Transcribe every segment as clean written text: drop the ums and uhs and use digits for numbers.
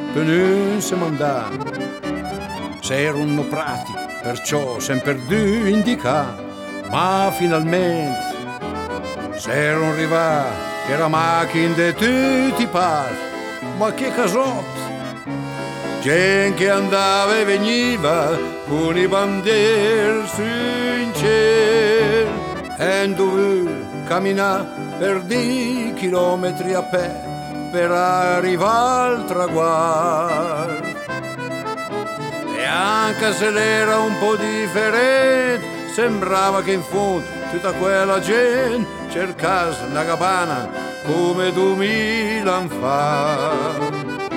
per non se mandare. S'erano pratico, perciò sempre due indicare, ma finalmente s'erano arrivati, che era macchina di tutti i parti, ma che casotto! Gente che andava e veniva con i bandieri su in cielo e doveva camminare per 10 chilometri a pé per arrivare al traguardo. E anche se l'era un po' differente, sembrava che in fondo tutta quella gente cercasse la cabana come 2000 anni fa.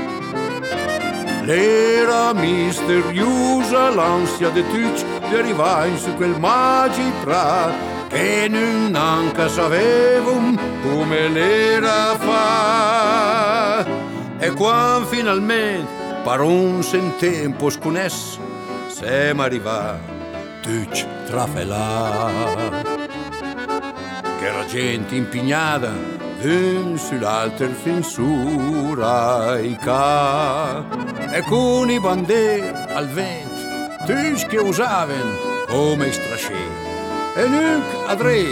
L'era misteriosa l'ansia di tutti di arrivare su quel magiprat che non anche sapevano come l'era fa. E quando finalmente per un tempo sconesso siamo arrivati tutti trafelati, che era gente impignata l'un sull'altra fin su Raica. E con i bandieri al vento, tutti che usavano come strascieri. E nunc a tre,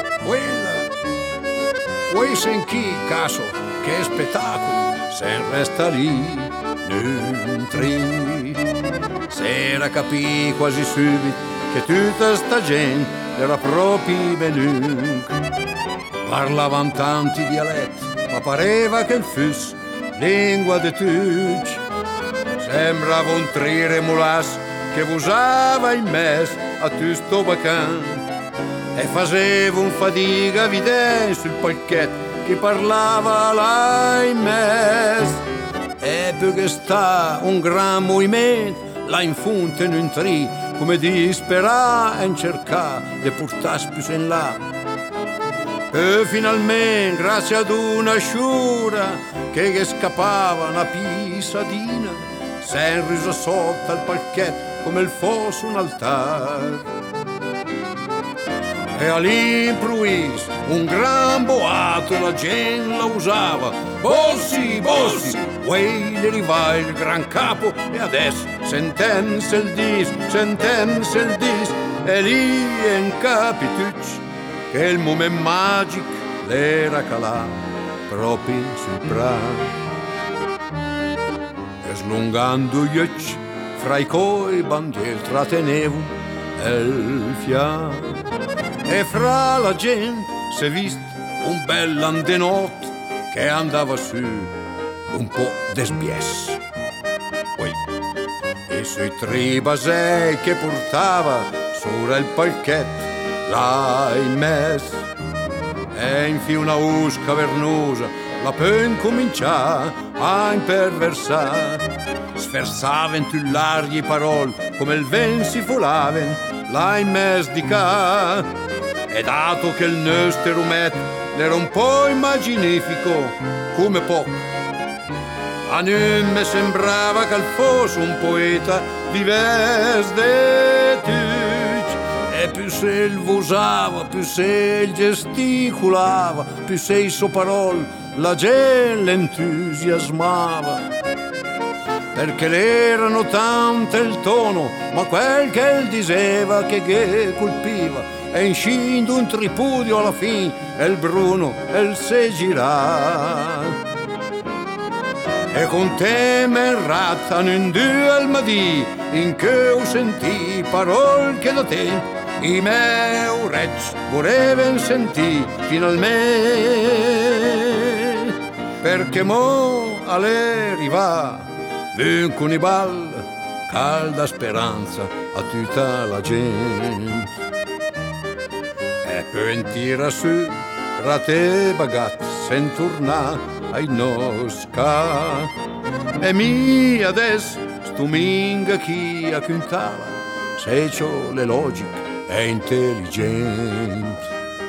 vuoi sentire caso che spettacolo, se resta lì, non tri. S'era capì quasi subito che tutta sta gente era proprio benunc. Parlavano tanti dialetti, ma pareva che il fosse lingua di tutti. Sembrava un trire mulas che usava in mezzo a tutto sto bacan e faceva un fatica videre sul palchetto che parlava là in mezzo. E perché sta un gran movimento là in fondo in un tri come disperare e cercare di portarsi più in là. E finalmente, grazie ad una sciura che scappava una pisadina, s'è riso sotto al palchetto come il fosse un altare. E all'improvviso un gran boato la gente la usava. Bossi, bossi, uè le arriva il gran capo e adesso sentenze il dis, e lì in capi tutti che il momento magico l'era calà proprio sul prato. E slungando gli occhi fra i coi bandieri trattenevo il fiato. E fra la gente s'è visto un bel andenotto che andava su un po' desbies. Poi e sui tre basei che portava sopra il palchetto là in mezzo, e infine una voce cavernosa la per incominciare a imperversare. Sferzava in tullargli parole come il vento si folaven là in mezzo di ca. E dato che il nostro rumetto era un po' immaginifico come poco, a noi mi sembrava che fosse un poeta diverso da tutti. E più se il usava, più se il gesticolava, più se i suoi parole la gente l'entusiasmava. Perché l'erano tante il tono, ma quel che il diceva che colpiva. E inscindo un tripudio alla fine, e il Bruno e il se girà. E con te merrata in due al madì, in che ho sentì parole che da te i miei orecchi vorreven sentì finalmente. Perché mo all'arriva vincono i ball, calda speranza a tutta la gente. E poi tira su rate bagat sen torna ai nosca. E mi adesso stuminga chi a cantava, se c'ho le logiche e intelligente.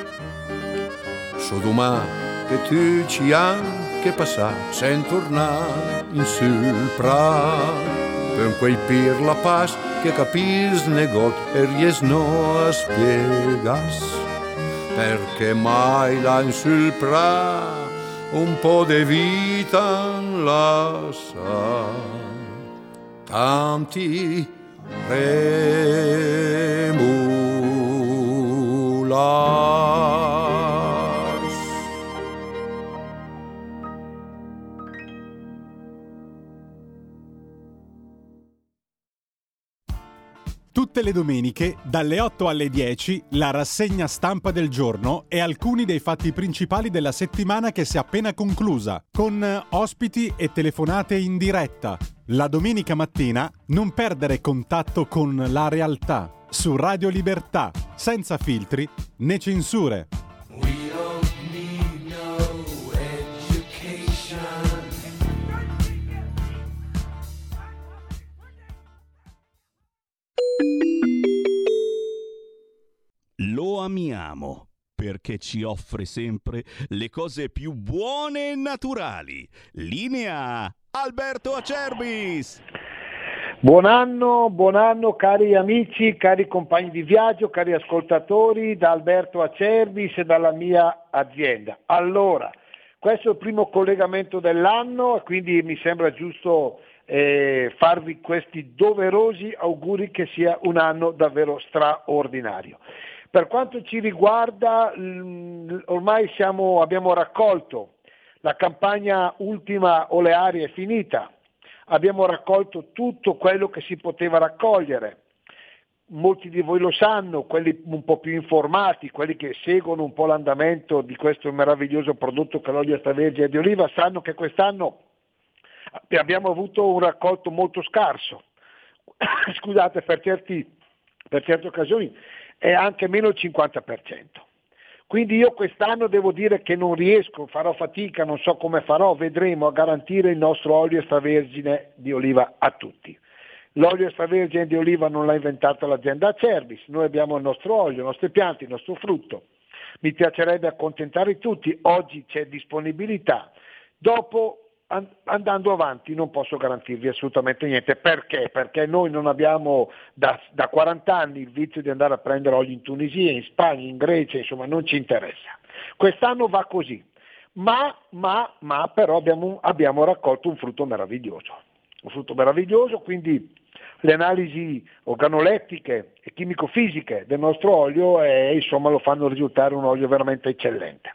So domani che tu ci anche passà sen tornare in sul prato, per quei pir la paz che capis negot e riesno a spiegas. Perché mai là in sul prato un po' de vita lascia, tanti remulas. Tutte le domeniche, dalle 8 alle 10, la rassegna stampa del giorno e alcuni dei fatti principali della settimana che si è appena conclusa, con ospiti e telefonate in diretta. La domenica mattina non perdere contatto con la realtà, su Radio Libertà, senza filtri né censure. Lo amiamo perché ci offre sempre le cose più buone e naturali. Linea Alberto Acerbis. Buon anno cari amici, cari compagni di viaggio, cari ascoltatori, da Alberto Acerbis e dalla mia azienda. Allora, questo è il primo collegamento dell'anno, quindi mi sembra giusto farvi questi doverosi auguri che sia un anno davvero straordinario. Per quanto ci riguarda, ormai abbiamo raccolto, la campagna ultima olearia è finita, abbiamo raccolto tutto quello che si poteva raccogliere. Molti di voi lo sanno, quelli un po' più informati, quelli che seguono un po' l'andamento di questo meraviglioso prodotto che è l'olio extravergine di oliva, sanno che quest'anno abbiamo avuto un raccolto molto scarso. Scusate, per certe occasioni è anche meno il 50%. Quindi io quest'anno devo dire che non riesco, farò fatica, non so come farò, vedremo, a garantire il nostro olio extravergine di oliva a tutti. L'olio extravergine di oliva non l'ha inventato l'azienda Acerbis, noi abbiamo il nostro olio, le nostre piante, il nostro frutto. Mi piacerebbe accontentare tutti, oggi c'è disponibilità. Dopo, andando avanti, non posso garantirvi assolutamente niente. Perché? Perché noi non abbiamo da 40 anni il vizio di andare a prendere olio in Tunisia, in Spagna, in Grecia, insomma non ci interessa. Quest'anno va così, ma però abbiamo raccolto un frutto meraviglioso, quindi le analisi organolettiche e chimico-fisiche del nostro olio insomma lo fanno risultare un olio veramente eccellente.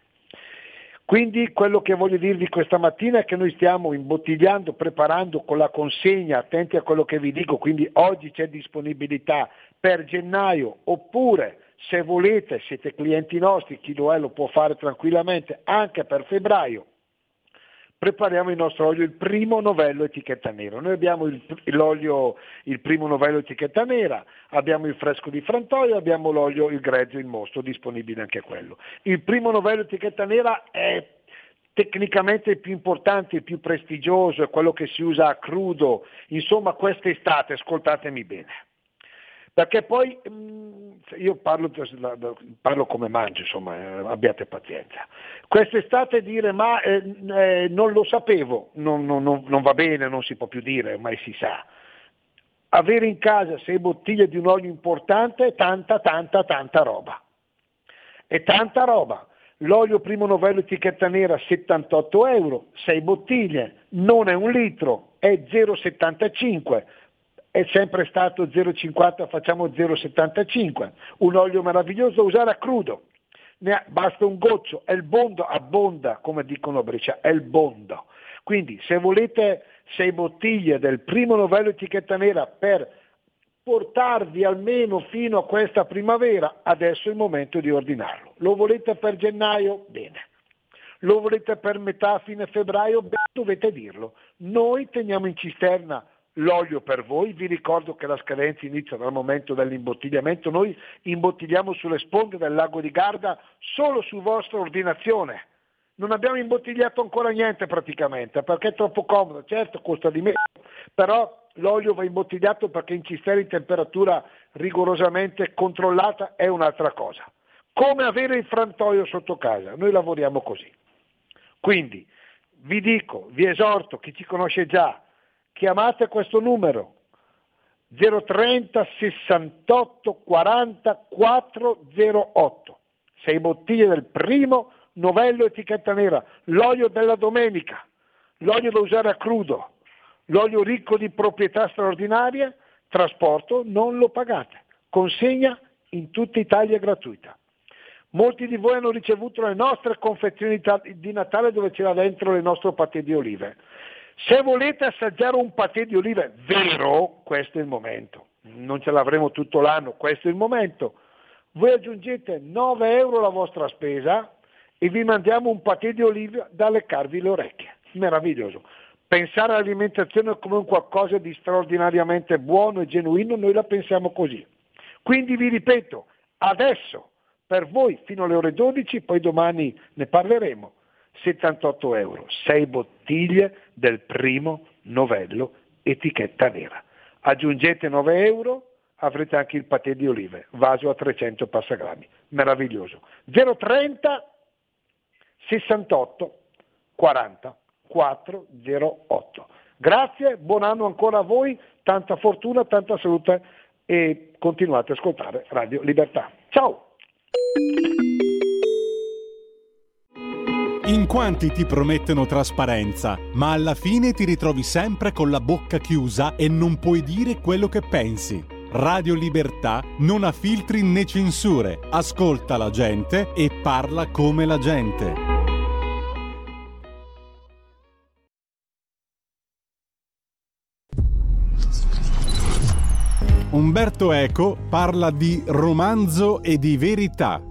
Quindi quello che voglio dirvi questa mattina è che noi stiamo imbottigliando, preparando con la consegna, attenti a quello che vi dico, quindi oggi c'è disponibilità per gennaio, oppure se volete, siete clienti nostri, chi lo è lo può fare tranquillamente anche per febbraio. Prepariamo il nostro olio, il primo novello etichetta nera. Noi abbiamo l'olio, il primo novello etichetta nera, abbiamo il fresco di Frantoio, abbiamo l'olio, il grezzo, il mosto, disponibile anche quello. Il primo novello etichetta nera è tecnicamente il più importante, il più prestigioso, è quello che si usa a crudo. Insomma, quest'estate, ascoltatemi bene. Perché poi io parlo come mangio, insomma, abbiate pazienza. Quest'estate dire non lo sapevo, non va bene, non si può più dire, ormai si sa. Avere in casa 6 bottiglie di un olio importante è tanta roba. È tanta roba. L'olio primo novello etichetta nera 78 euro, 6 bottiglie, non è 1 litro, è 0,75. È sempre stato 0,50, facciamo 0,75, un olio meraviglioso da usare a crudo, basta un goccio, è il bondo, abbonda, come dicono a Brescia, è il bondo. Quindi se volete 6 bottiglie del primo novello etichetta nera per portarvi almeno fino a questa primavera, adesso è il momento di ordinarlo. Lo volete per gennaio? Bene. Lo volete per metà, fine febbraio? Beh, dovete dirlo. Noi teniamo in cisterna l'olio per voi, vi ricordo che la scadenza inizia dal momento dell'imbottigliamento, noi imbottigliamo sulle sponde del lago di Garda solo su vostra ordinazione, non abbiamo imbottigliato ancora niente praticamente, perché è troppo comodo, certo costa di meno, però l'olio va imbottigliato perché in cisterna in temperatura rigorosamente controllata è un'altra cosa, come avere il frantoio sotto casa, noi lavoriamo così. Quindi vi esorto, chi ci conosce già, chiamate questo numero 030 68 40 408, 6 bottiglie del primo Novello etichetta nera, l'olio della domenica, l'olio da usare a crudo, l'olio ricco di proprietà straordinarie, trasporto non lo pagate, consegna in tutta Italia gratuita. Molti di voi hanno ricevuto le nostre confezioni di Natale dove c'era dentro le nostre patè di olive. Se volete assaggiare un patè di olive vero, questo è il momento. Non ce l'avremo tutto l'anno, questo è il momento. Voi aggiungete 9 euro la vostra spesa e vi mandiamo un patè di olive da leccarvi le orecchie. Meraviglioso. Pensare all'alimentazione come un qualcosa di straordinariamente buono e genuino, noi la pensiamo così. Quindi vi ripeto, adesso per voi fino alle ore 12, poi domani ne parleremo, 78 euro, 6 bottiglie del primo Novello etichetta nera. Aggiungete 9 euro, avrete anche il patè di olive, vaso a 300 passagrammi, meraviglioso. 030 68 40 408. Grazie, buon anno ancora a voi, tanta fortuna, tanta salute e continuate a ascoltare Radio Libertà. Ciao! In quanti ti promettono trasparenza, ma alla fine ti ritrovi sempre con la bocca chiusa e non puoi dire quello che pensi. Radio Libertà non ha filtri né censure, ascolta la gente e parla come la gente. Umberto Eco parla di romanzo e di verità.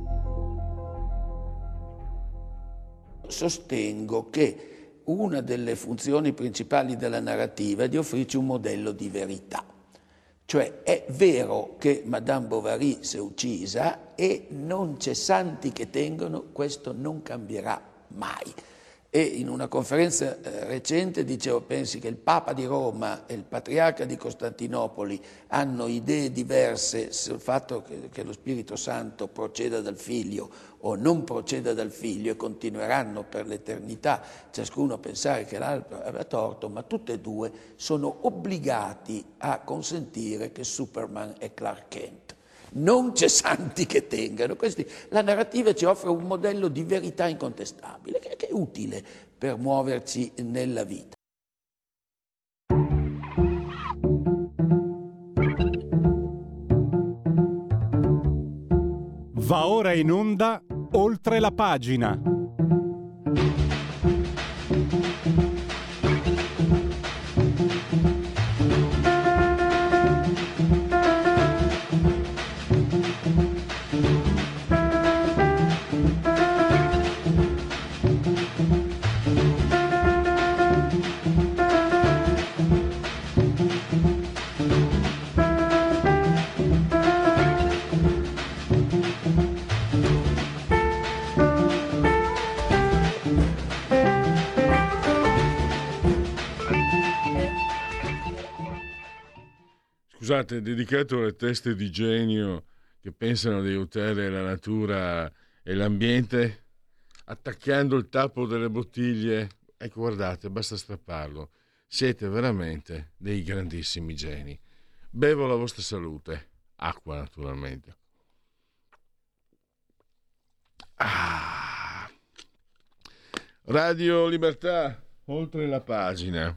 Sostengo che una delle funzioni principali della narrativa è di offrirci un modello di verità. Cioè è vero che Madame Bovary si è uccisa e non c'è santi che tengono, questo non cambierà mai. E in una conferenza recente dicevo, pensi che il Papa di Roma e il Patriarca di Costantinopoli hanno idee diverse sul fatto che lo Spirito Santo proceda dal Figlio o non proceda dal Figlio e continueranno per l'eternità ciascuno a pensare che l'altro aveva torto, ma tutte e due sono obbligati a consentire che Superman è Clark Kent. Non c'è santi che tengano. La narrativa ci offre un modello di verità incontestabile che è utile per muoverci nella vita. Va ora in onda Oltre la pagina. Scusate, dedicato alle teste di genio che pensano di aiutare la natura e l'ambiente attaccando il tappo delle bottiglie. Ecco, guardate, basta strapparlo. Siete veramente dei grandissimi geni. Bevo la vostra salute. Acqua, naturalmente. Radio Libertà, oltre la pagina.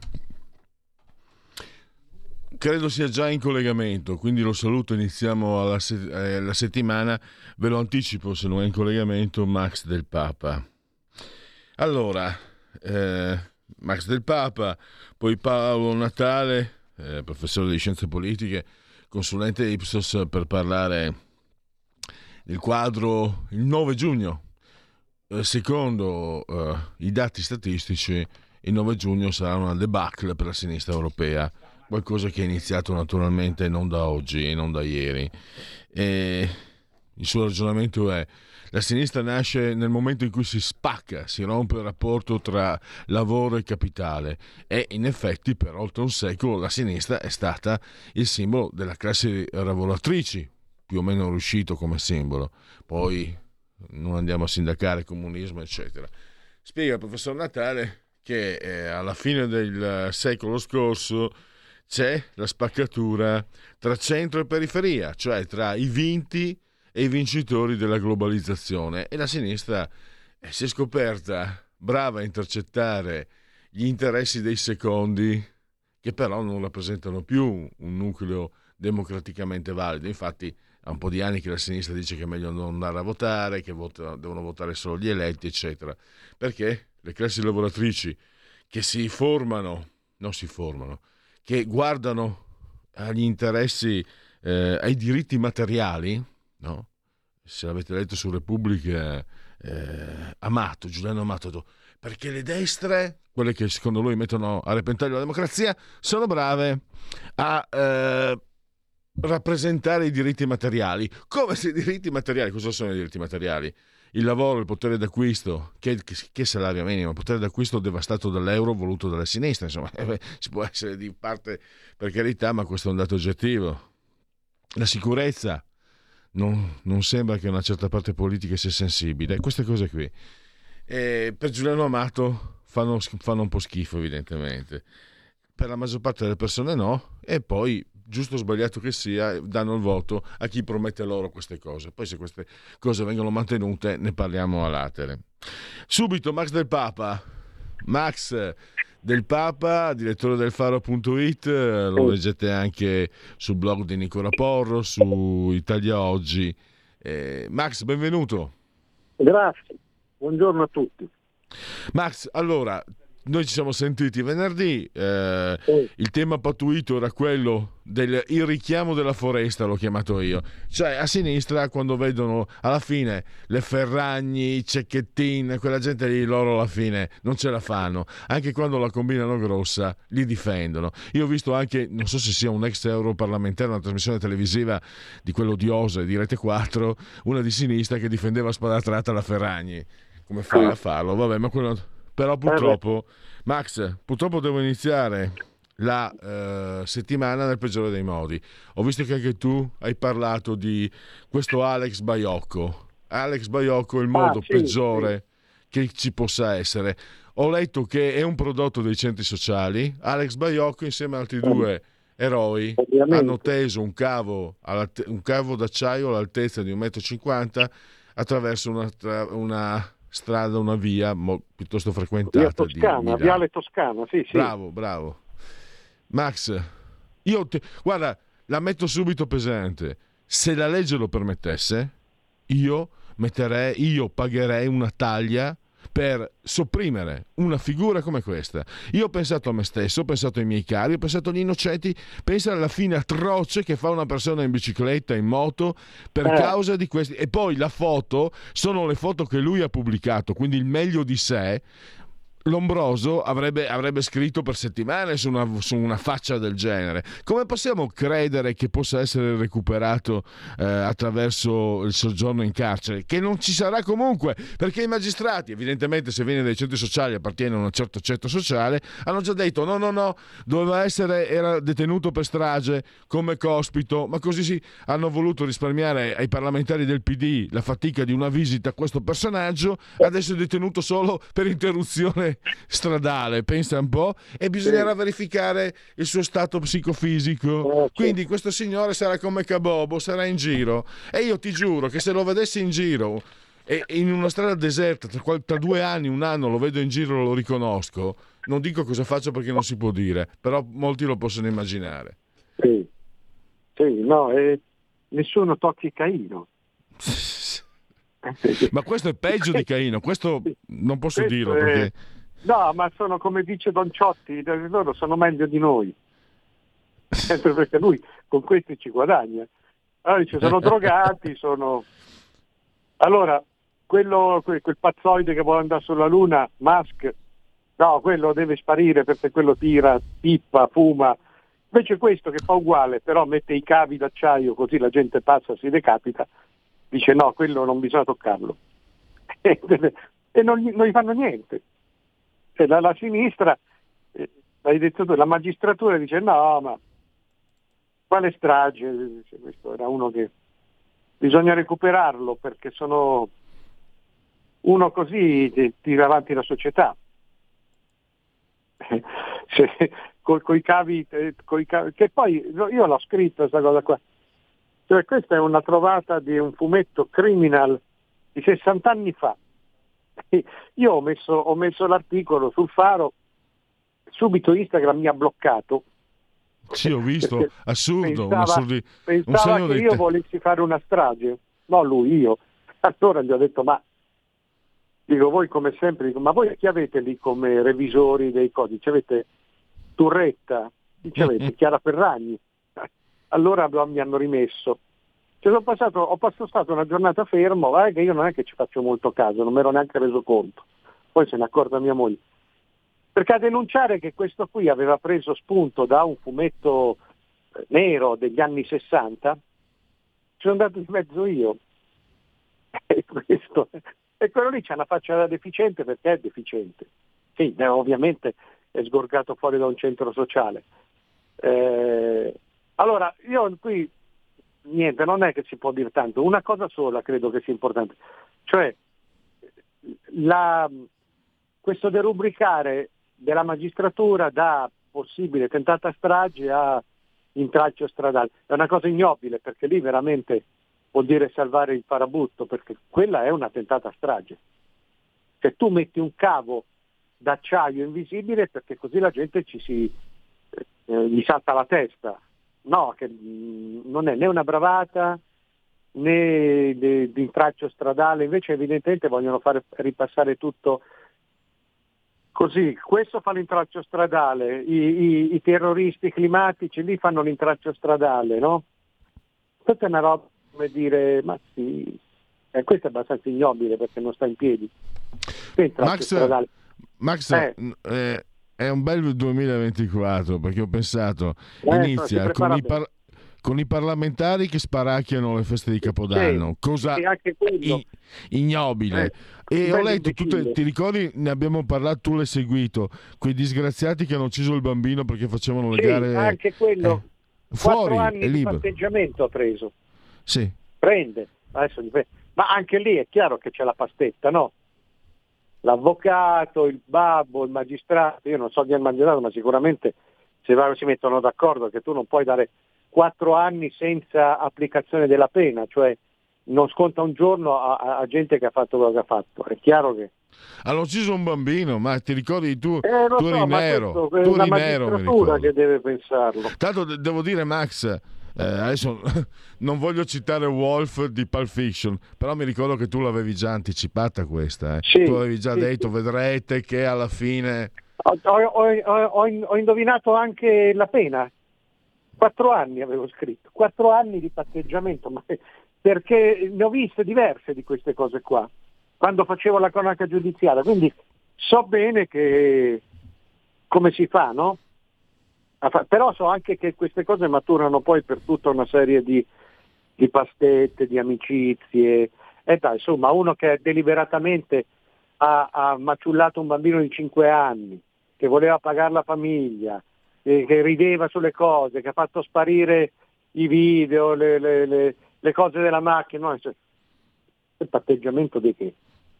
Credo sia già in collegamento, quindi lo saluto, iniziamo la settimana, ve lo anticipo se non è in collegamento, Max Del Papa. Allora, Max Del Papa, poi Paolo Natale, professore di scienze politiche, consulente Ipsos, per parlare del quadro il 9 giugno. Secondo i dati statistici, il 9 giugno sarà una debacle per la sinistra europea. Qualcosa che è iniziato naturalmente non da oggi e non da ieri. E il suo ragionamento è: la sinistra nasce nel momento in cui si spacca, si rompe il rapporto tra lavoro e capitale, e in effetti per oltre un secolo la sinistra è stata il simbolo della classe lavoratrici, più o meno riuscito come simbolo. Poi non andiamo a sindacare comunismo eccetera. Spiega il professor Natale che alla fine del secolo scorso c'è la spaccatura tra centro e periferia, cioè tra i vinti e i vincitori della globalizzazione, e la sinistra si è scoperta brava a intercettare gli interessi dei secondi, che però non rappresentano più un nucleo democraticamente valido. Infatti ha un po' di anni che la sinistra dice che è meglio non andare a votare, che devono votare solo gli eletti, eccetera, perché le classi lavoratrici che che guardano agli interessi, ai diritti materiali, no? Se l'avete letto su Repubblica, Giuliano Amato, perché le destre, quelle che secondo lui mettono a repentaglio la democrazia, sono brave a rappresentare i diritti materiali. Come se i diritti materiali, cosa sono i diritti materiali? Il lavoro, il potere d'acquisto, che salario minimo, il potere d'acquisto devastato dall'euro voluto dalla sinistra, insomma, si può essere di parte per carità, ma questo è un dato oggettivo. La sicurezza, non sembra che una certa parte politica sia sensibile, queste cose qui. Per Giuliano Amato fanno un po' schifo, evidentemente. Per la maggior parte delle persone no, e poi, giusto o sbagliato che sia, danno il voto a chi promette loro queste cose. Poi se queste cose vengono mantenute ne parliamo a latere. Subito Max Del Papa. Max Del Papa, direttore del Faro.it, lo leggete anche sul blog di Nicola Porro, su Italia Oggi. Max, benvenuto. Grazie, buongiorno a tutti. Max, allora, noi ci siamo sentiti venerdì, il tema pattuito era quello del il richiamo della foresta, l'ho chiamato io, cioè a sinistra quando vedono alla fine le Ferragni, i Cecchettin, quella gente lì, loro alla fine non ce la fanno, anche quando la combinano grossa li difendono. Io ho visto anche, non so se sia un ex europarlamentare, una trasmissione televisiva di quello odiosa di Rete 4, una di sinistra che difendeva a spada tratta la Ferragni. Come fai a farlo? Vabbè, ma quello... Però purtroppo, Max, devo iniziare la settimana nel peggiore dei modi. Ho visto che anche tu hai parlato di questo Alex Baiocco. Alex Baiocco è il modo peggiore che ci possa essere. Ho letto che è un prodotto dei centri sociali. Alex Baiocco insieme ad altri due eroi hanno teso un cavo d'acciaio all'altezza di 1,50 m attraverso una strada, una via piuttosto frequentata. Via Toscana, Viale Toscana, sì. Bravo. Max, guarda, la metto subito pesante. Se la legge lo permettesse, io pagherei una taglia per sopprimere una figura come questa. Io ho pensato a me stesso, ho pensato ai miei cari, ho pensato agli innocenti, pensa alla fine atroce che fa una persona in bicicletta, in moto, per causa di questi. E poi la foto, sono le foto che lui ha pubblicato, quindi il meglio di sé. Lombroso avrebbe scritto per settimane su una faccia del genere. Come possiamo credere che possa essere recuperato attraverso il soggiorno in carcere? Che non ci sarà comunque, perché i magistrati, evidentemente, se viene dai centri sociali, appartiene a un certo ceto sociale, hanno già detto no, era detenuto per strage come Cospito, ma così hanno voluto risparmiare ai parlamentari del PD la fatica di una visita a questo personaggio. Adesso è detenuto solo per interruzione stradale, pensa un po', e bisognerà verificare il suo stato psicofisico. Quindi questo signore sarà come Cabobo, sarà in giro, e io ti giuro che se lo vedessi in giro e in una strada deserta tra 2 anni, 1 anno, lo vedo in giro, lo riconosco. Non dico cosa faccio perché non si può dire, però molti lo possono immaginare. Nessuno tocchi Caino. Ma questo è peggio di Caino, questo non posso dirlo perché... No, ma sono, come dice Don Ciotti, loro sono meglio di noi, sempre perché lui con questi ci guadagna. Allora dice, sono drogati, allora quel pazzoide che vuole andare sulla Luna, Musk, no, quello deve sparire perché quello tira, pippa, fuma. Invece questo che fa uguale, però mette i cavi d'acciaio così la gente passa, si decapita, dice no, quello non bisogna toccarlo. E non gli fanno niente. Cioè, la sinistra, l'hai detto tu, la magistratura dice no, ma quale strage? Questo era uno che bisogna recuperarlo perché uno così tira avanti la società. Coi cavi, che poi io l'ho scritto questa cosa qua. Cioè, questa è una trovata di un fumetto criminal di 60 anni fa. Io ho messo l'articolo sul Faro, subito Instagram mi ha bloccato. Sì, ho visto, Perché assurdo, pensava un segno che di io volessi fare una strage, no lui, io. Allora gli ho detto, dico, voi come sempre, ma voi chi avete lì come revisori dei codici? Avete Turretta, chi avete? Chiara Ferragni. Allora mi hanno rimesso. Ho passato una giornata fermo, che io non è che ci faccio molto caso, non mi ero neanche reso conto. Poi se ne è accorta mia moglie. Perché a denunciare che questo qui aveva preso spunto da un fumetto nero degli anni 60, ci sono andato in mezzo io. E quello lì c'ha una faccia da deficiente perché è deficiente. Sì, ovviamente è sgorgato fuori da un centro sociale. Allora, io qui, niente, non è che si può dire tanto. Una cosa sola credo che sia importante. Cioè, questo derubricare della magistratura da possibile tentata strage a intralcio stradale è una cosa ignobile, perché lì veramente vuol dire salvare il farabutto, perché quella è una tentata strage. Cioè tu metti un cavo d'acciaio invisibile perché così la gente gli salta la testa. No, che non è né una bravata né di intralcio stradale, invece evidentemente vogliono fare ripassare tutto così. Questo fa l'intralcio stradale, i terroristi climatici lì fanno l'intralcio stradale, no? Questa è una roba come dire, ma sì, questo è abbastanza ignobile perché non sta in piedi. Max, è un bel 2024 perché ho pensato inizia con i parlamentari che sparacchiano le feste di Capodanno, cosa anche ignobile. E ho letto ti ricordi, ne abbiamo parlato, tu l'hai seguito, quei disgraziati che hanno ucciso il bambino perché facevano le gare. Anche quello, fuori, 4 anni è di libero. patteggiamento ha preso. Sì. Prende, ma anche lì è chiaro che c'è la pastetta, no? L'avvocato, il babbo, il magistrato, io non so chi è il magistrato, ma sicuramente si mettono d'accordo che tu non puoi dare 4 anni senza applicazione della pena, cioè non sconta un giorno a gente che ha fatto quello che ha fatto. È chiaro che hanno ucciso un bambino, ma ti ricordi tu eri nero, è la magistratura che deve pensarlo. Tanto devo dire, Max, adesso non voglio citare Wolf di Pulp Fiction, però mi ricordo che tu l'avevi già anticipata questa, Sì, tu avevi già detto, vedrete che alla fine ho indovinato anche la pena. 4 anni avevo scritto, 4 anni di patteggiamento, ma perché ne ho viste diverse di queste cose qua quando facevo la cronaca giudiziaria, quindi so bene che come si fa, no? Però so anche che queste cose maturano poi per tutta una serie di pastette, di amicizie, e dai, insomma, uno che deliberatamente ha maciullato un bambino di 5 anni, che voleva pagare la famiglia, che rideva sulle cose, che ha fatto sparire i video, le cose della macchina, no? Cioè, il patteggiamento di che?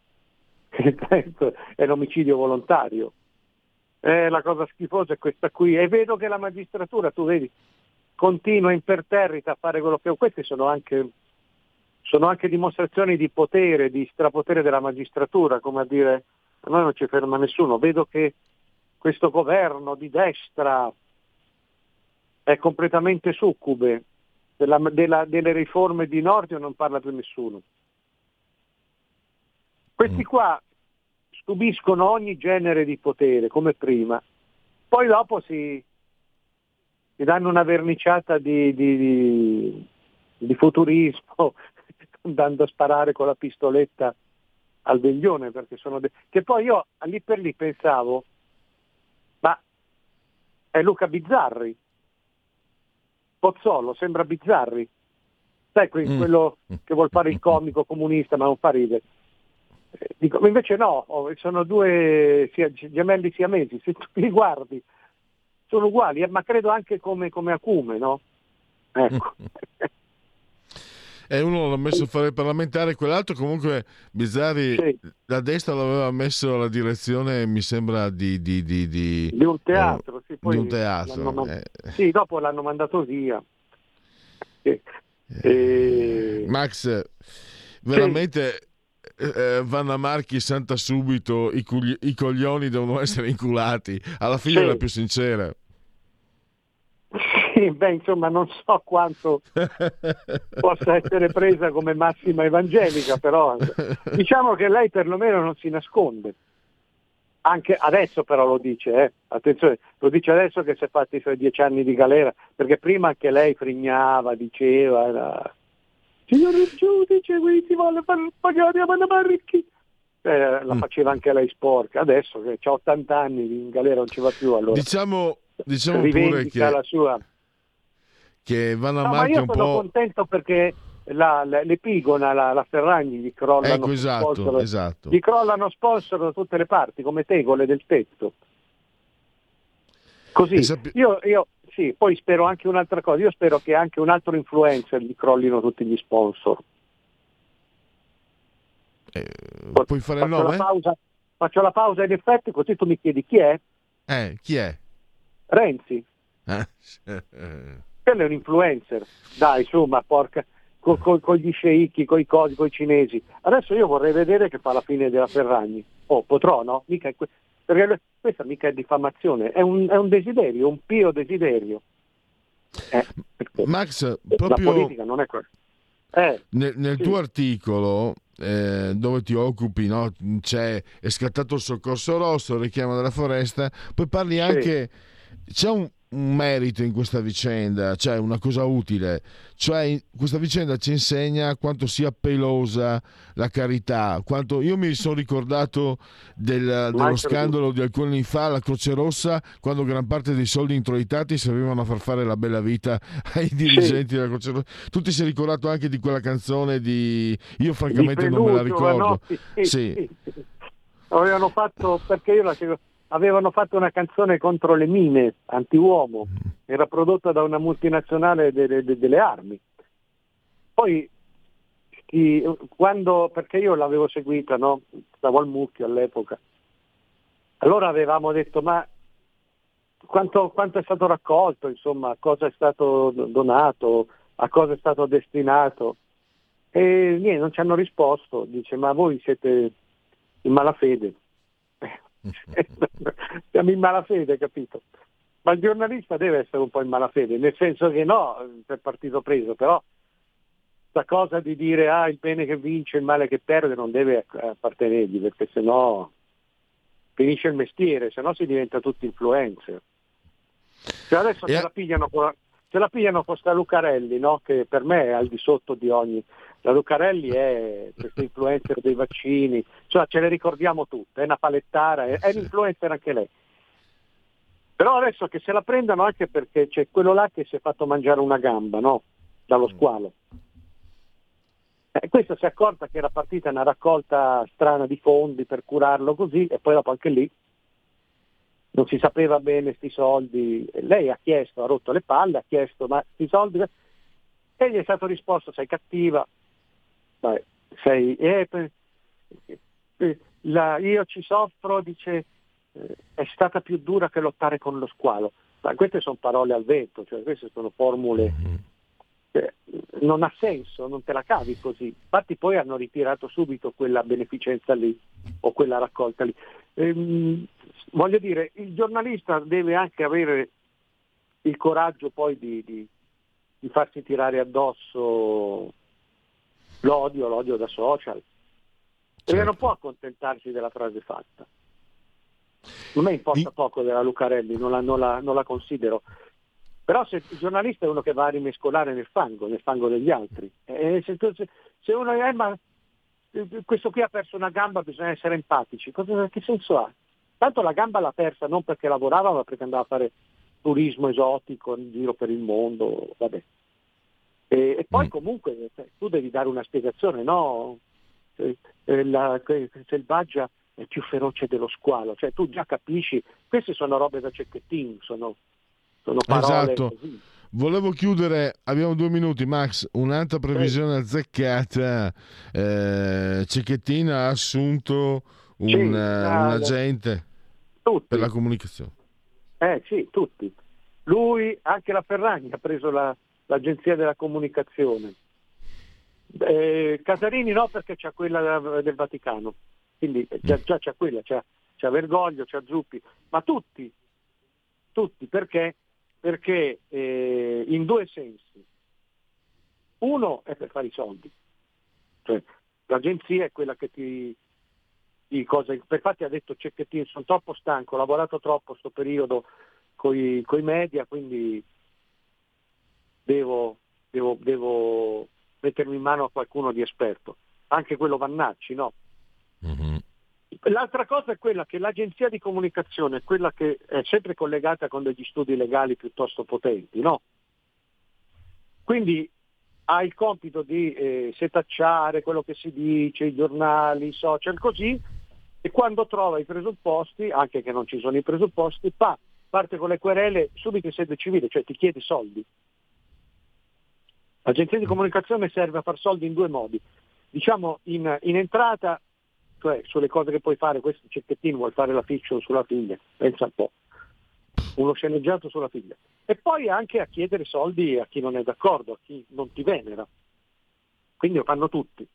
È l'omicidio volontario. La cosa schifosa è questa qui, e vedo che la magistratura, tu vedi, continua imperterrita a fare quello che... Queste sono anche dimostrazioni di potere, di strapotere della magistratura, come a dire, a noi non ci ferma nessuno. Vedo che questo governo di destra è completamente succube, delle riforme di Nordio non parla più nessuno. Questi qua subiscono ogni genere di potere, come prima, poi dopo si danno una verniciata di futurismo, andando a sparare con la pistoletta al veglione, perché che poi io lì per lì pensavo, ma è Luca Bizzarri, Pozzolo, sembra Bizzarri, sai quello che vuol fare il comico comunista ma non fa ridere. Dico, invece no, sono 2 gemelli siamesi, se tu li guardi sono uguali, ma credo anche come acume, no? Ecco. E uno l'ha messo a fare il parlamentare, quell'altro comunque Bizzarri sì. Da destra l'aveva messo alla direzione, mi sembra di un teatro, sì, poi di un teatro. Sì, dopo l'hanno mandato via. Max, veramente Vanna Marchi santa subito i coglioni devono essere inculati, alla fine è la più sincera. Sì, beh, insomma, non so quanto possa essere presa come massima evangelica, però diciamo che lei perlomeno non si nasconde. Anche adesso però lo dice, attenzione, lo dice adesso che si è fatti i suoi 10 anni di galera, perché prima anche lei frignava, diceva, signor giudice, qui si vuole far pagare a Vanna Marchi. La faceva anche lei sporca, adesso che ha 80 anni in galera non ci va più, allora diciamo pure rivendica la sua... che Vanna No, Marchi ma io un sono po'... contento perché l'Epigona, la Ferragni gli crollano esatto. gli crollano sponsor da tutte le parti come tegole del tetto. Così io sì, poi spero anche un'altra cosa, io spero che anche un altro influencer gli crollino tutti gli sponsor. Puoi fare il nome? Faccio la pausa in effetti, così tu mi chiedi chi è? Chi è? Renzi. Quello è un influencer, dai, insomma, porca, con gli sceicchi, con i cosi, con i cinesi. Adesso io vorrei vedere che fa la fine della Ferragni. Potrò, no? Perché questa mica è diffamazione, è un desiderio, un pio desiderio. Max, proprio... La politica non è quello. Nel tuo articolo dove ti occupi, no? È scattato il soccorso rosso, il richiamo della foresta, poi parli anche, c'è un merito in questa vicenda, cioè una cosa utile, cioè questa vicenda ci insegna quanto sia pelosa la carità, quanto io mi sono ricordato dello scandalo di alcuni anni fa, la Croce Rossa, quando gran parte dei soldi introitati servivano a far fare la bella vita ai dirigenti della Croce Rossa. Tu ti sei ricordato anche di quella canzone io francamente non me la ricordo. Sì. Avevano fatto, perché io la seguo, avevano fatto una canzone contro le mine, anti-uomo, era prodotta da una multinazionale delle armi. Poi, perché io l'avevo seguita, no? Stavo al mucchio all'epoca, allora avevamo detto, ma quanto è stato raccolto, insomma, a cosa è stato donato, a cosa è stato destinato? E niente, non ci hanno risposto, dice, ma voi siete in malafede. Siamo in malafede, capito? Ma il giornalista deve essere un po' in malafede, nel senso che no, per partito preso, però questa cosa di dire il bene che vince, il male che perde non deve appartenergli, perché sennò finisce il mestiere, sennò si diventa tutti influencer. Cioè adesso se la pigliano con sta Lucarelli, no? Che per me è al di sotto di ogni... La Lucarelli è questo influencer dei vaccini, cioè ce le ricordiamo tutte, è una palettara, è un influencer anche lei. Però adesso che se la prendano anche perché c'è quello là che si è fatto mangiare una gamba, no? Dallo squalo. Questa si è accorta che era partita una raccolta strana di fondi per curarlo così, e poi dopo anche lì non si sapeva bene sti soldi. Lei ha rotto le palle, ha chiesto, ma sti soldi... E gli è stato risposto, sei cattiva, io ci soffro, dice, è stata più dura che lottare con lo squalo. Ma queste sono parole al vento, cioè queste sono formule, non ha senso, non te la cavi così. Infatti poi hanno ritirato subito quella beneficenza lì o quella raccolta lì. Voglio dire, il giornalista deve anche avere il coraggio poi di farsi tirare addosso l'odio da social, perché non può accontentarsi della frase fatta. A me importa poco della Lucarelli, non la considero, però se il giornalista è uno che va a rimescolare nel fango degli altri, se uno ma questo qui ha perso una gamba, bisogna essere empatici, che senso ha? Tanto la gamba l'ha persa non perché lavorava, ma perché andava a fare turismo esotico in giro per il mondo, vabbè. E poi comunque tu devi dare una spiegazione, no? Selvaggia è più feroce dello squalo, cioè tu già capisci, queste sono robe da cecchettin, sono parole così. Volevo chiudere, abbiamo 2 minuti, Max, un'altra previsione azzeccata. Cecchettin ha assunto un agente per la comunicazione. Sì, tutti. Lui, anche la Ferragni ha preso l'agenzia della comunicazione. Casarini no, perché c'ha quella del Vaticano, quindi già c'ha quella, c'ha Bergoglio, c'ha Zuppi, ma tutti, perché in due sensi. Uno è per fare i soldi, cioè l'agenzia è quella che ti infatti ha detto Cecchettin, sono troppo stanco, ho lavorato troppo sto periodo coi media, quindi devo mettermi in mano a qualcuno di esperto, anche quello Vannacci, no? Mm-hmm. L'altra cosa è quella che l'agenzia di comunicazione è quella che è sempre collegata con degli studi legali piuttosto potenti, no? Quindi ha il compito di setacciare quello che si dice, i giornali, i social, così, e quando trova i presupposti, anche che non ci sono i presupposti, parte con le querele subito in sede civile, cioè ti chiede soldi. L'agenzia di comunicazione serve a far soldi in due modi, diciamo in entrata, cioè sulle cose che puoi fare. Questo Cecchettin vuol fare la fiction sulla figlia, pensa un po', uno sceneggiato sulla figlia, e poi anche a chiedere soldi a chi non è d'accordo, a chi non ti venera, quindi lo fanno tutti.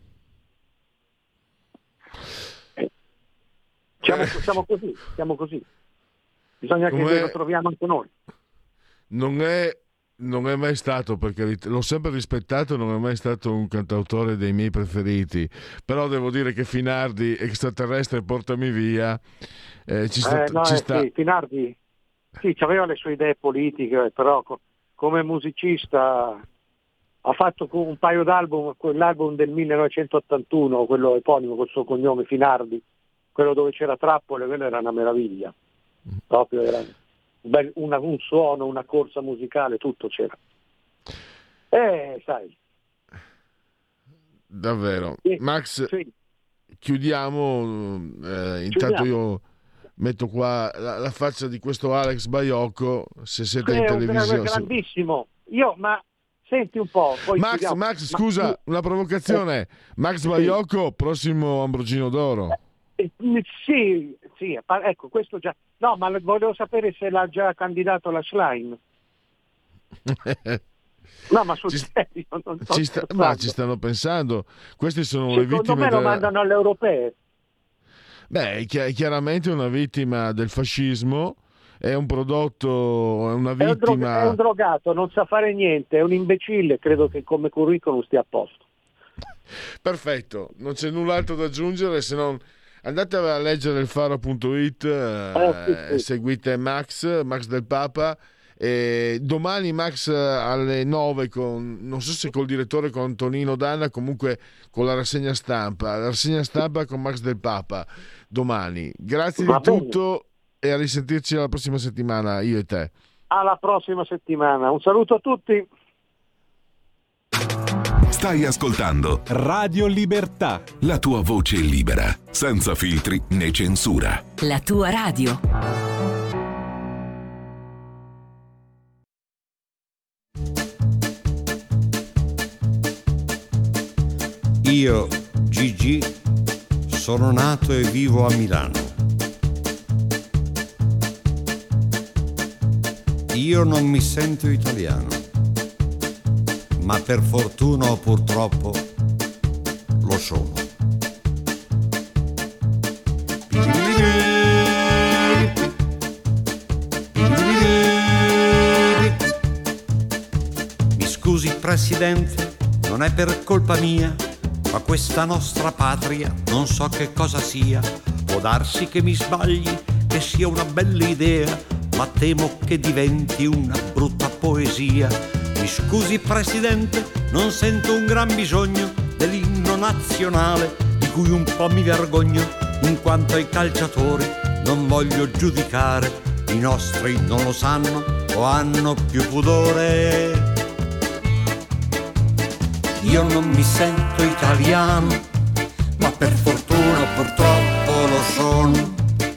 Siamo così, bisogna che lo troviamo anche noi. Non è mai stato, perché l'ho sempre rispettato, non è mai stato un cantautore dei miei preferiti, però devo dire che Finardi, Extraterrestre portami via, ci sta. Sì, Finardi sì, aveva le sue idee politiche, però come musicista ha fatto un paio d'album, quell'album del 1981, quello eponimo col suo cognome Finardi, quello dove c'era Trappole, quello era una meraviglia, proprio era un suono, una corsa musicale, tutto c'era. Sai. Davvero. Sì, Max, sì. Chiudiamo. Intanto io metto qua la faccia di questo Alex Baiocco, se siete in televisione. Grandissimo. Ma senti un po'. Poi Max, scusa, una provocazione. Max Baiocco, prossimo Ambrogino d'Oro. Sì, ecco, questo già. No, ma volevo sapere se l'ha già candidato la Schlein. No, ma sul serio, ci stanno pensando. Queste sono le vittime. Secondo me lo mandano alle europee. Beh, è chiaramente una vittima del fascismo, è un prodotto, è una vittima. È un drogato, non sa fare niente, è un imbecille, credo che come curriculum stia a posto. Perfetto, non c'è null'altro da aggiungere, se non andate a leggere ilfaro.it, seguite Max del Papa. Domani Max alle 9 non so se col direttore, con Tonino Danna, comunque con la rassegna stampa con Max del Papa domani. Grazie di tutto e a risentirci la prossima settimana, io e te. Alla prossima settimana, un saluto a tutti. Stai ascoltando Radio Libertà, la tua voce libera, senza filtri né censura. La tua radio. Io, Gigi, sono nato e vivo a Milano. Io non mi sento italiano, ma per fortuna o purtroppo lo sono. Mi scusi, Presidente, non è per colpa mia, ma questa nostra patria non so che cosa sia. Può darsi che mi sbagli, che sia una bella idea, ma temo che diventi una brutta poesia. Mi scusi, Presidente, non sento un gran bisogno dell'inno nazionale, di cui un po' mi vergogno, in quanto ai calciatori non voglio giudicare. I nostri non lo sanno o hanno più pudore. Io non mi sento italiano, ma per fortuna purtroppo lo sono.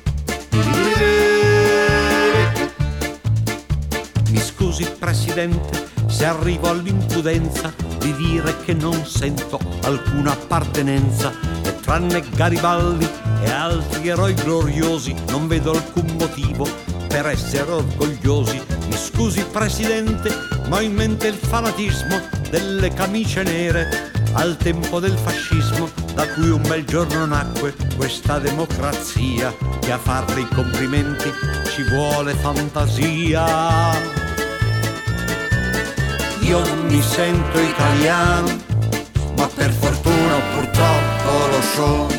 Mi scusi, Presidente, se arrivo all'impudenza di dire che non sento alcuna appartenenza, e tranne Garibaldi e altri eroi gloriosi non vedo alcun motivo per essere orgogliosi. Mi scusi, Presidente, ma ho in mente il fanatismo delle camicie nere, al tempo del fascismo, da cui un bel giorno nacque questa democrazia, che a farle i complimenti ci vuole fantasia. Io non mi sento italiano, ma per fortuna o purtroppo lo sono.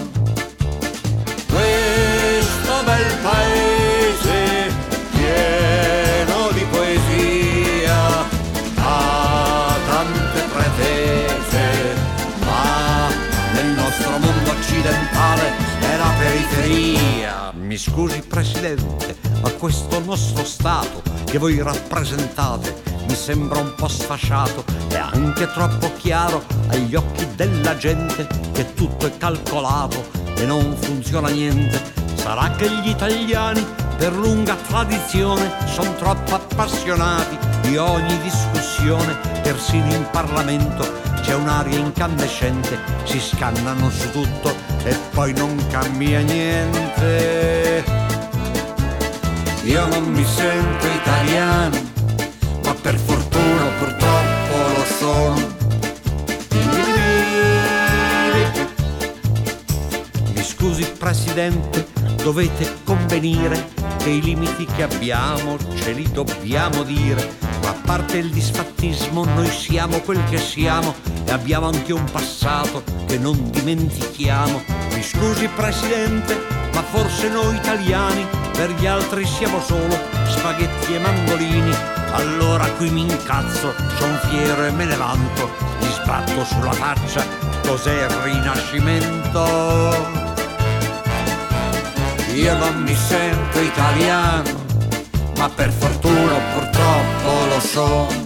Questo bel paese pieno di poesia ha tante pretese, ma nel nostro mondo occidentale è la periferia. Mi scusi Presidente, ma questo nostro Stato che voi rappresentate mi sembra un po' sfasciato e anche troppo chiaro agli occhi della gente che tutto è calcolato e non funziona niente. Sarà che gli italiani per lunga tradizione sono troppo appassionati di ogni discussione, persino in Parlamento c'è un'aria incandescente, si scannano su tutto e poi non cambia niente. Io non mi sento italiano, ma per fortuna purtroppo lo sono. Mi scusi Presidente, dovete convenire che i limiti che abbiamo ce li dobbiamo dire, ma a parte il disfattismo noi siamo quel che siamo e abbiamo anche un passato che non dimentichiamo. Mi scusi Presidente, ma forse noi italiani per gli altri siamo solo spaghetti e mandolini. Allora qui mi incazzo, son fiero e me ne vanto, gli sbatto sulla faccia, cos'è il Rinascimento? Io non mi sento italiano, ma per fortuna purtroppo lo sono.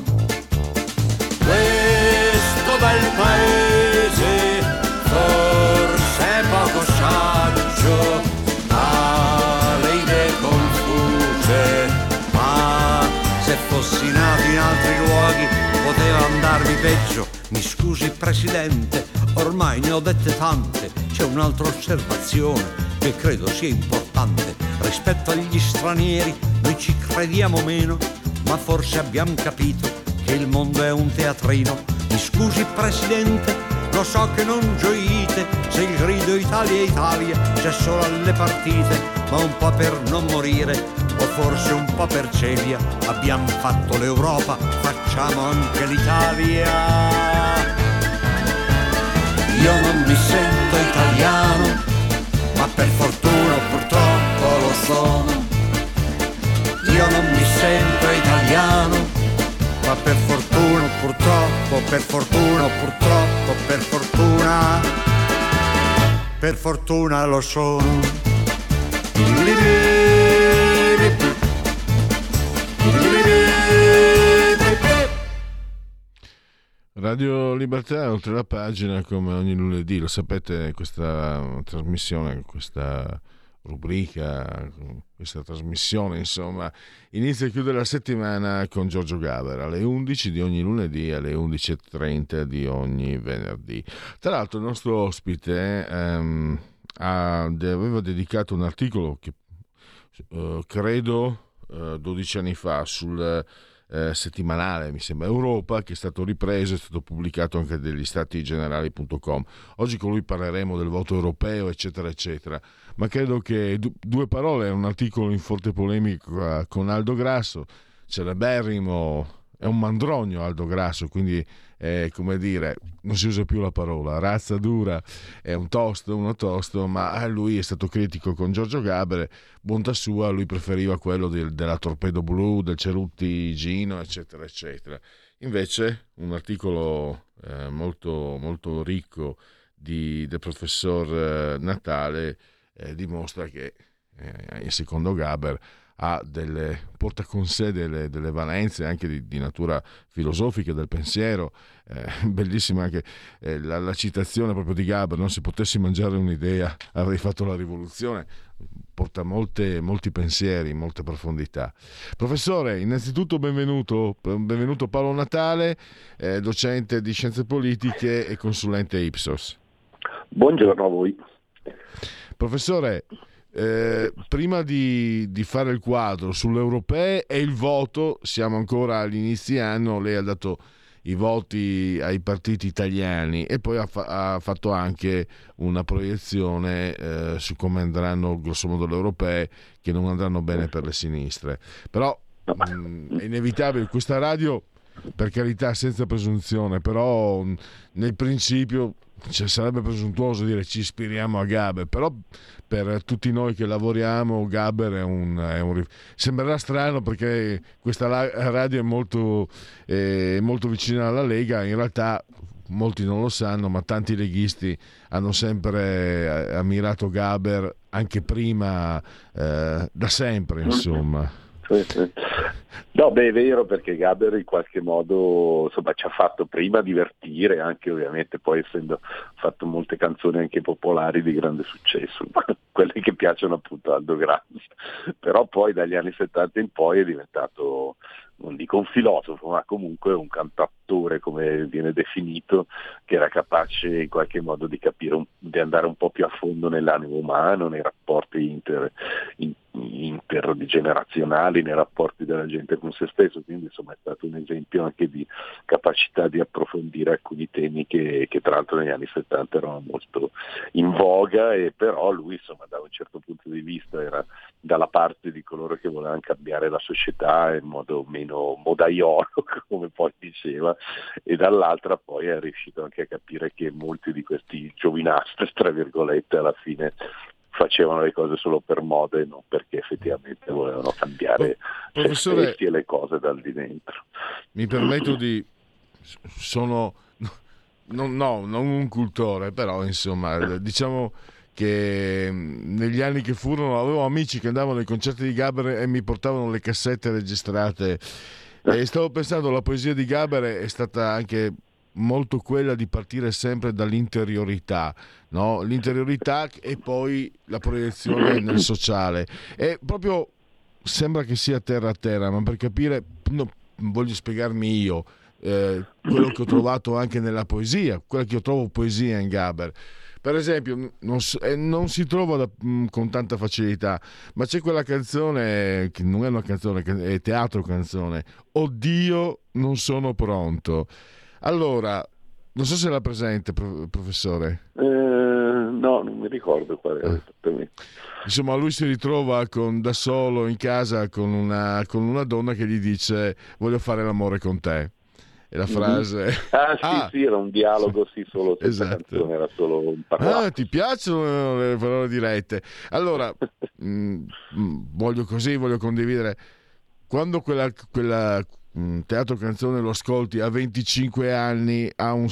Questo bel paese forse è poco saggio, ha le idee confuse, ma se fossi nato in altri luoghi poteva andarmi peggio. Mi scusi Presidente, ormai ne ho dette tante, c'è un'altra osservazione che credo sia importante. Rispetto agli stranieri noi ci crediamo meno, ma forse abbiamo capito che il mondo è un teatrino. Mi scusi Presidente, lo so che non gioite se il grido Italia Italia c'è solo alle partite, ma un po' per non morire o forse un po' per celia abbiamo fatto l'Europa, facciamo anche l'Italia. Io non mi sento italiano, ma per fortuna purtroppo lo sono. Io non mi sento italiano, ma per fortuna purtroppo, per fortuna purtroppo, per fortuna lo sono. Radio Libertà, oltre la pagina, come ogni lunedì, lo sapete, questa trasmissione, questa rubrica, questa trasmissione, insomma, inizia e chiude la settimana con Giorgio Gaber alle 11 di ogni lunedì, alle 11.30 di ogni venerdì. Tra l'altro il nostro ospite aveva dedicato un articolo che credo 12 anni fa sul settimanale, mi sembra, Europa, che è stato ripreso, è stato pubblicato anche degli statigenerali.com. Oggi con lui parleremo del voto europeo, eccetera eccetera, ma credo che due parole, è un articolo in forte polemica con Aldo Grasso, celeberrimo, è un mandrogno Aldo Grasso, quindi come dire, non si usa più la parola razza dura, è uno tosto, ma lui è stato critico con Giorgio Gaber, bontà sua, lui preferiva quello della Torpedo Blu, del Cerutti Gino, eccetera eccetera. Invece un articolo molto molto ricco del professor Natale dimostra che secondo Gaber porta con sé delle valenze anche di natura filosofica del pensiero. Bellissima anche la citazione proprio di Gaber: non se potessi mangiare un'idea avrei fatto la rivoluzione. Porta molti pensieri, molte profondità. Professore, innanzitutto benvenuto Paolo Natale, docente di scienze politiche e consulente Ipsos. Buongiorno a voi. Professore, prima di fare il quadro sulle europee e il voto, siamo ancora agli inizi anno, lei ha dato i voti ai partiti italiani, e poi ha fatto anche una proiezione su come andranno grossomodo le europee, che non andranno bene per le sinistre. Però è inevitabile, questa radio, per carità, senza presunzione, però nel principio sarebbe presuntuoso dire ci ispiriamo a Gaber, però per tutti noi che lavoriamo Gaber è un sembrerà strano perché questa radio è molto vicina alla Lega. In realtà molti non lo sanno, ma tanti leghisti hanno sempre ammirato Gaber anche prima, da sempre, insomma. No, beh, è vero, perché Gaber in qualche modo, insomma, ci ha fatto prima divertire, anche ovviamente poi essendo fatto molte canzoni anche popolari di grande successo, quelle che piacciono appunto a Aldo Grandi, però poi dagli anni 70 in poi è diventato, non dico un filosofo, ma comunque un cantautore, come viene definito, che era capace in qualche modo di capire, di andare un po' più a fondo nell'animo umano, nei rapporti intergenerazionali, nei rapporti della gente con se stesso, quindi insomma è stato un esempio anche di capacità di approfondire alcuni temi che tra l'altro negli anni 70 erano molto in voga, e però lui insomma da un certo punto di vista era dalla parte di coloro che volevano cambiare la società in modo meno modaiolo, come poi diceva, e dall'altra poi è riuscito anche a capire che molti di questi giovinastri, tra virgolette, alla fine facevano le cose solo per moda e non perché effettivamente volevano cambiare se stessi e le cose dal di dentro. Mi permetto di... non un cultore, però insomma diciamo che negli anni che furono avevo amici che andavano ai concerti di Gaber e mi portavano le cassette registrate, e stavo pensando, la poesia di Gaber è stata anche molto quella di partire sempre dall'interiorità, no? L'interiorità e poi la proiezione nel sociale, e proprio sembra che sia terra a terra, ma per capire, no, voglio spiegarmi io, quello che ho trovato anche nella poesia, quella che io trovo poesia in Gaber. Per esempio, non si trova con tanta facilità, ma c'è quella canzone che non è una canzone, che è teatro canzone, Oddio non sono pronto. Allora, non so se l'ha presente, professore. No, non mi ricordo qual era esattamente. Insomma, lui si ritrova da solo in casa con una donna che gli dice voglio fare l'amore con te. E la frase... Sì, era un dialogo, sì, solo senza esatto. Canzone, era solo un parlato. Ti piacciono le parole dirette? Allora, voglio condividere. Quando quella teatro canzone lo ascolti a 25 anni ha un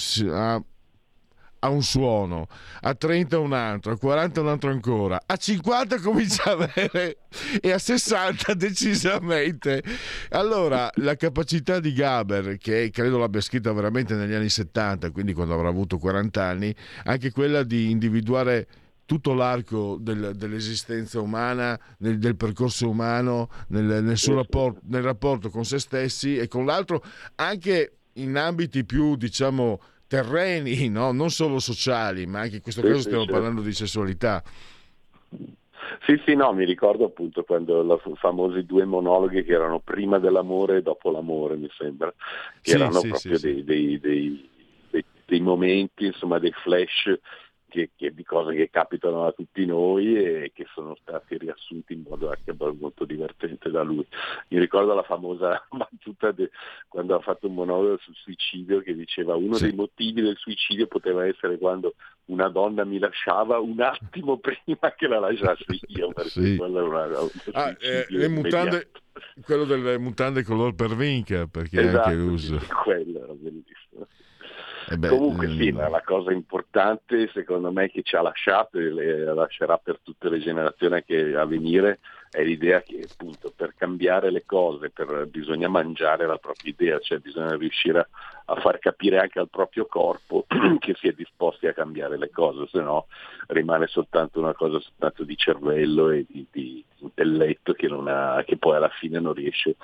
suono, a 30 un altro, a 40 un altro ancora, a 50 comincia a avere, e a 60 decisamente. Allora la capacità di Gaber, che credo l'abbia scritta veramente negli anni 70, quindi quando avrà avuto 40 anni, anche quella di individuare tutto l'arco dell'esistenza umana, del percorso umano, nel suo rapporto con se stessi e con l'altro, anche in ambiti più, diciamo, terreni, no? Non solo sociali, ma anche in questo caso stiamo parlando di sessualità. Sì, no, mi ricordo appunto quando i famosi 2 monologhi che erano prima dell'amore e dopo l'amore, mi sembra, che erano proprio dei momenti, insomma, dei flash che di cose che capitano a tutti noi e che sono stati riassunti in modo anche molto divertente da lui. Mi ricordo la famosa battuta quando ha fatto un monologo sul suicidio, che diceva uno dei motivi del suicidio poteva essere quando una donna mi lasciava un attimo prima che la lasciassi io, perché quello era un le mutande, quello delle mutande color pervinca, perché esatto, anche l'uso quello era bellissimo. Comunque sì, la cosa importante secondo me che ci ha lasciato e le lascerà per tutte le generazioni anche a venire è l'idea che appunto per cambiare le cose bisogna mangiare la propria idea, cioè bisogna riuscire a far capire anche al proprio corpo che si è disposti a cambiare le cose, se no rimane soltanto una cosa soltanto di cervello e di intelletto che poi alla fine non riesce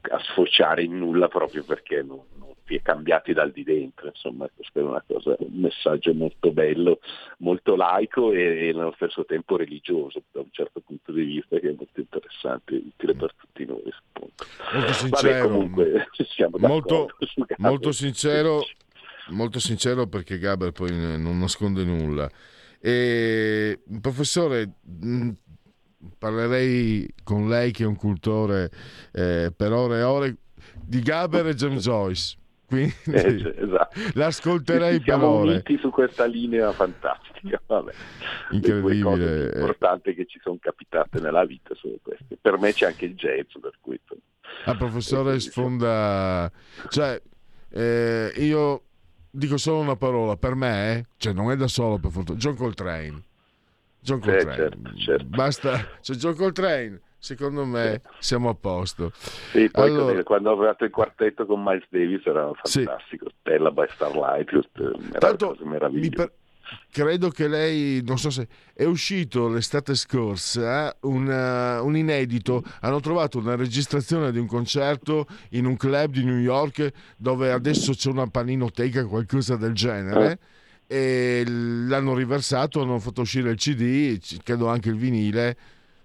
a sfociare in nulla proprio perché non si è cambiati dal di dentro, insomma questa è una cosa, un messaggio molto bello, molto laico e nello stesso tempo religioso da un certo punto di vista, che è molto interessante e utile per tutti noi, appunto. Molto sincero. Vabbè, comunque siamo d'accordo su Gaber. Molto sincero perché Gaber poi non nasconde nulla. E, professore, parlerei con lei che è un cultore per ore e ore di Gaber e James Joyce, quindi esatto. L'ascolterei per siamo ore. uniti su questa linea fantastica. Vabbè. Incredibile. Le due cose più importanti che ci sono capitate nella vita sono queste. Per me c'è anche il jazz, per cui professore sfonda, cioè io dico solo una parola, per me cioè non è da solo, per fortuna, John Coltrane. Certo. Basta, cioè John Coltrane, secondo me siamo a posto. Sì, poi allora, quando ho avuto il quartetto con Miles Davis era fantastico, Stella by Starlight, era cose meravigliose. Credo che lei, non so se è uscito l'estate scorsa un inedito, hanno trovato una registrazione di un concerto in un club di New York dove adesso c'è una paninoteca, qualcosa del genere, e l'hanno riversato, hanno fatto uscire il CD, credo anche il vinile.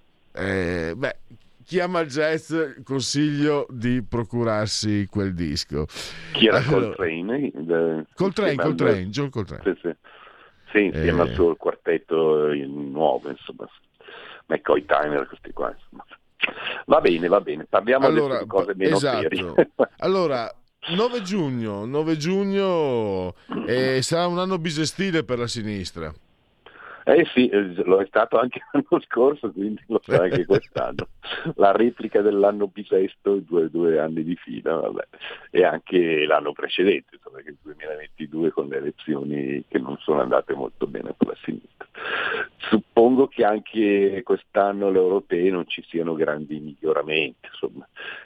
Chi ama il jazz consiglio di procurarsi quel disco. Chi era Coltrane? John Coltrane. Sì, insieme al suo quartetto nuovo, insomma, McCoy Tyner, questi qua, insomma. Va bene, parliamo adesso di cose meno serie. Allora, 9 giugno sarà un anno bisestile per la sinistra. Sì, lo è stato anche l'anno scorso, quindi lo sarà anche quest'anno. La replica dell'anno bisesto, due anni di fila, vabbè. E anche l'anno precedente, insomma, che il 2022 con le elezioni che non sono andate molto bene per la sinistra. Suppongo che anche quest'anno alle europee non ci siano grandi miglioramenti, insomma.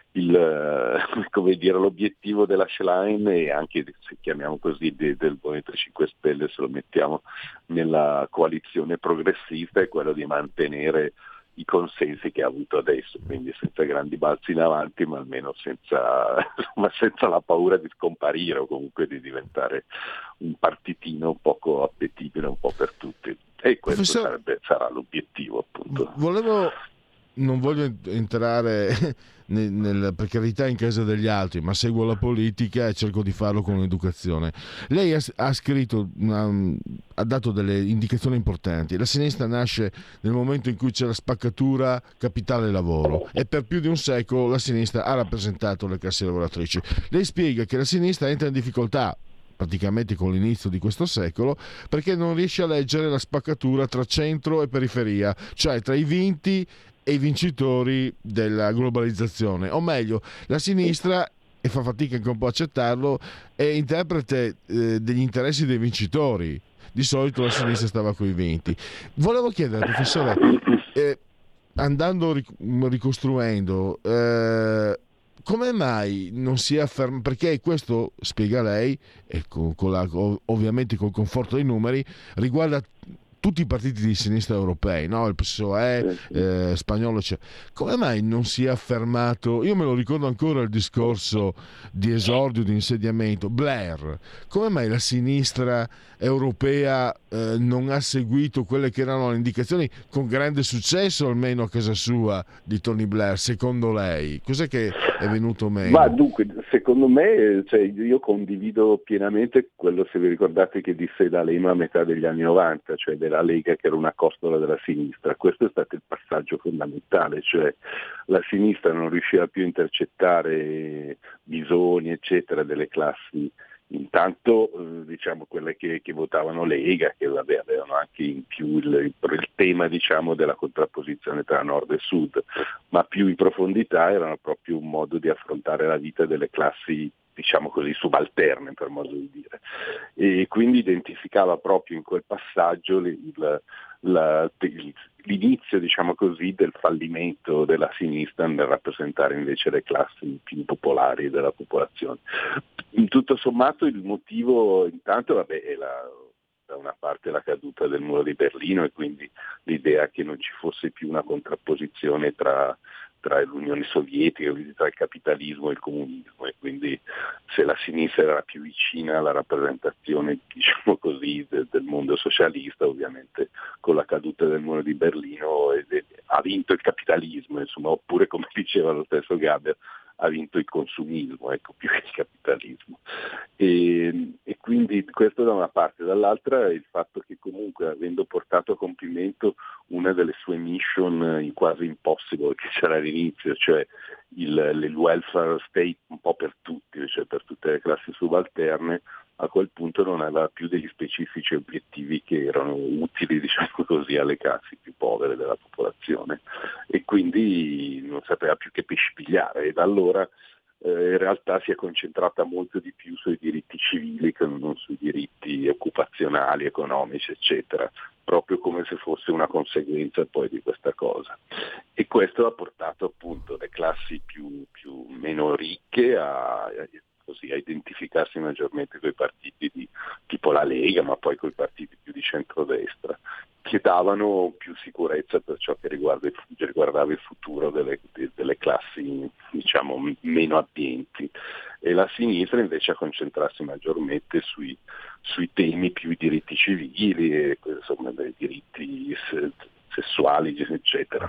L'obiettivo della Schlein e anche, se chiamiamo così, del Movimento 5 Stelle, se lo mettiamo nella coalizione progressista, è quello di mantenere i consensi che ha avuto adesso, quindi senza grandi balzi in avanti, ma almeno senza la paura di scomparire o comunque di diventare un partitino poco appetibile un po' per tutti. E questo sarà l'obiettivo, appunto. Non voglio entrare per carità in casa degli altri, ma seguo la politica e cerco di farlo con l'educazione. Lei ha scritto, ha dato delle indicazioni importanti. La sinistra nasce nel momento in cui c'è la spaccatura capitale-lavoro e per più di un secolo la sinistra ha rappresentato le classi lavoratrici. Lei spiega che la sinistra entra in difficoltà praticamente con l'inizio di questo secolo perché non riesce a leggere la spaccatura tra centro e periferia, cioè tra i vinti e i vincitori della globalizzazione, o meglio, la sinistra, e fa fatica anche un po' a accettarlo, è interprete degli interessi dei vincitori. Di solito la sinistra stava coi vinti. Volevo chiedere, professore, andando ricostruendo, come mai non si afferma, perché questo, spiega lei, e ovviamente col conforto dei numeri, riguarda tutti i partiti di sinistra europei, no? Il PSOE, spagnolo, come mai non si è affermato? Io me lo ricordo ancora il discorso di esordio, di insediamento, Blair. Come mai la sinistra europea non ha seguito quelle che erano le indicazioni con grande successo, almeno a casa sua, di Tony Blair, secondo lei? Cos'è che è venuto meno? Ma dunque, secondo me, io condivido pienamente quello, se vi ricordate, che disse D'Alema a metà degli anni 90, cioè della Lega che era una costola della sinistra. Questo è stato il passaggio fondamentale, cioè la sinistra non riusciva più a intercettare bisogni, eccetera, delle classi. Intanto diciamo quelle che votavano Lega, che avevano anche in più il tema, diciamo, della contrapposizione tra nord e sud, ma più in profondità erano proprio un modo di affrontare la vita delle classi, diciamo così, subalterne, per modo di dire, e quindi identificava proprio in quel passaggio l'inizio, diciamo così, del fallimento della sinistra nel rappresentare invece le classi più popolari della popolazione. In tutto sommato il motivo intanto è da una parte la caduta del muro di Berlino e quindi l'idea che non ci fosse più una contrapposizione tra tra l'Unione Sovietica, quindi tra il capitalismo e il comunismo, e quindi se la sinistra era più vicina alla rappresentazione, diciamo così, del mondo socialista, ovviamente con la caduta del muro di Berlino ha vinto il capitalismo, insomma, oppure come diceva lo stesso Gaber, ha vinto il consumismo, ecco, più che il capitalismo. E quindi questo da una parte, dall'altra il fatto che comunque, avendo portato a compimento una delle sue mission quasi impossible che c'era all'inizio, cioè il welfare state un po' per tutti, cioè per tutte le classi subalterne, a quel punto non aveva più degli specifici obiettivi che erano utili, diciamo così, alle classi più povere della popolazione, e quindi non sapeva più che pesci pigliare, e da allora in realtà si è concentrata molto di più sui diritti civili che non sui diritti occupazionali, economici, eccetera, proprio come se fosse una conseguenza poi di questa cosa. E questo ha portato appunto le classi più meno ricche a identificarsi maggiormente con i partiti tipo la Lega, ma poi con i partiti più di centrodestra, che davano più sicurezza per ciò che riguardava il futuro delle classi, diciamo, meno abbienti, e la sinistra invece a concentrarsi maggiormente sui temi più i diritti civili e insomma dei diritti sessuali, eccetera,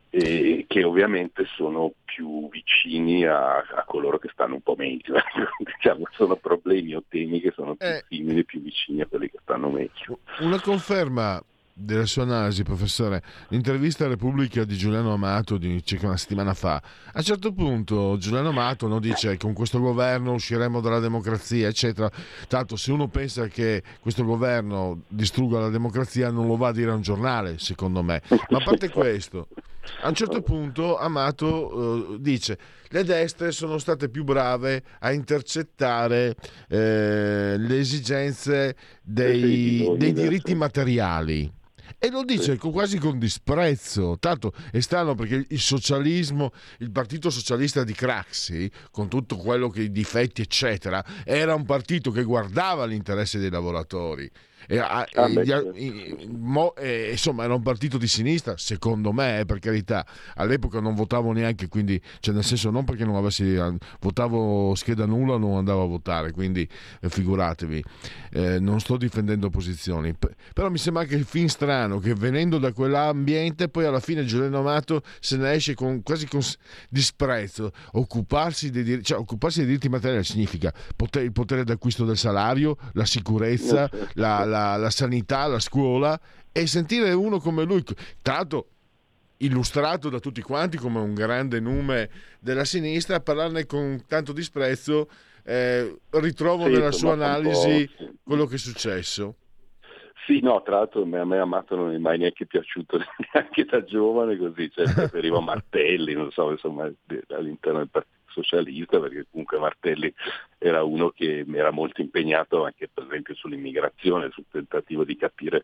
e che ovviamente sono più vicini a coloro che stanno un po' meglio. Diciamo, sono problemi o temi che sono più simili, più vicini a quelli che stanno meglio. Una conferma della sua analisi, professore. L'intervista a Repubblica di Giuliano Amato di circa una settimana fa, a un certo punto Giuliano Amato dice che con questo governo usciremo dalla democrazia, eccetera. Tanto se uno pensa che questo governo distrugga la democrazia non lo va a dire a un giornale, secondo me. Ma a parte questo, a un certo punto Amato dice: le destre sono state più brave a intercettare le esigenze dei diritti materiali. E lo dice quasi con disprezzo. Tanto è strano, perché il socialismo, il partito socialista di Craxi, con tutto quello che i difetti eccetera, era un partito che guardava l'interesse dei lavoratori. Insomma, era un partito di sinistra, secondo me, per carità. All'epoca non votavo neanche, quindi, cioè, nel senso, non perché non avessi votavo scheda nulla, non andavo a votare, quindi figuratevi, non sto difendendo posizioni, però mi sembra anche il fin strano che, venendo da quell'ambiente, poi alla fine Giuliano Amato se ne esce quasi con disprezzo. Occuparsi dei diritti materiali significa il potere d'acquisto del salario, la sicurezza, la sanità, la scuola, e sentire uno come lui, tra l'altro illustrato da tutti quanti come un grande nome della sinistra, parlarne con tanto disprezzo, ritrovo nella sua analisi quello che è successo. Sì, no, tra l'altro a me Amato non è mai neanche piaciuto, neanche da giovane, così, cioè, preferivo Martelli, non so, insomma, all'interno del Partito Socialista, perché comunque Martelli era uno che era molto impegnato anche, per esempio, sull'immigrazione, sul tentativo di capire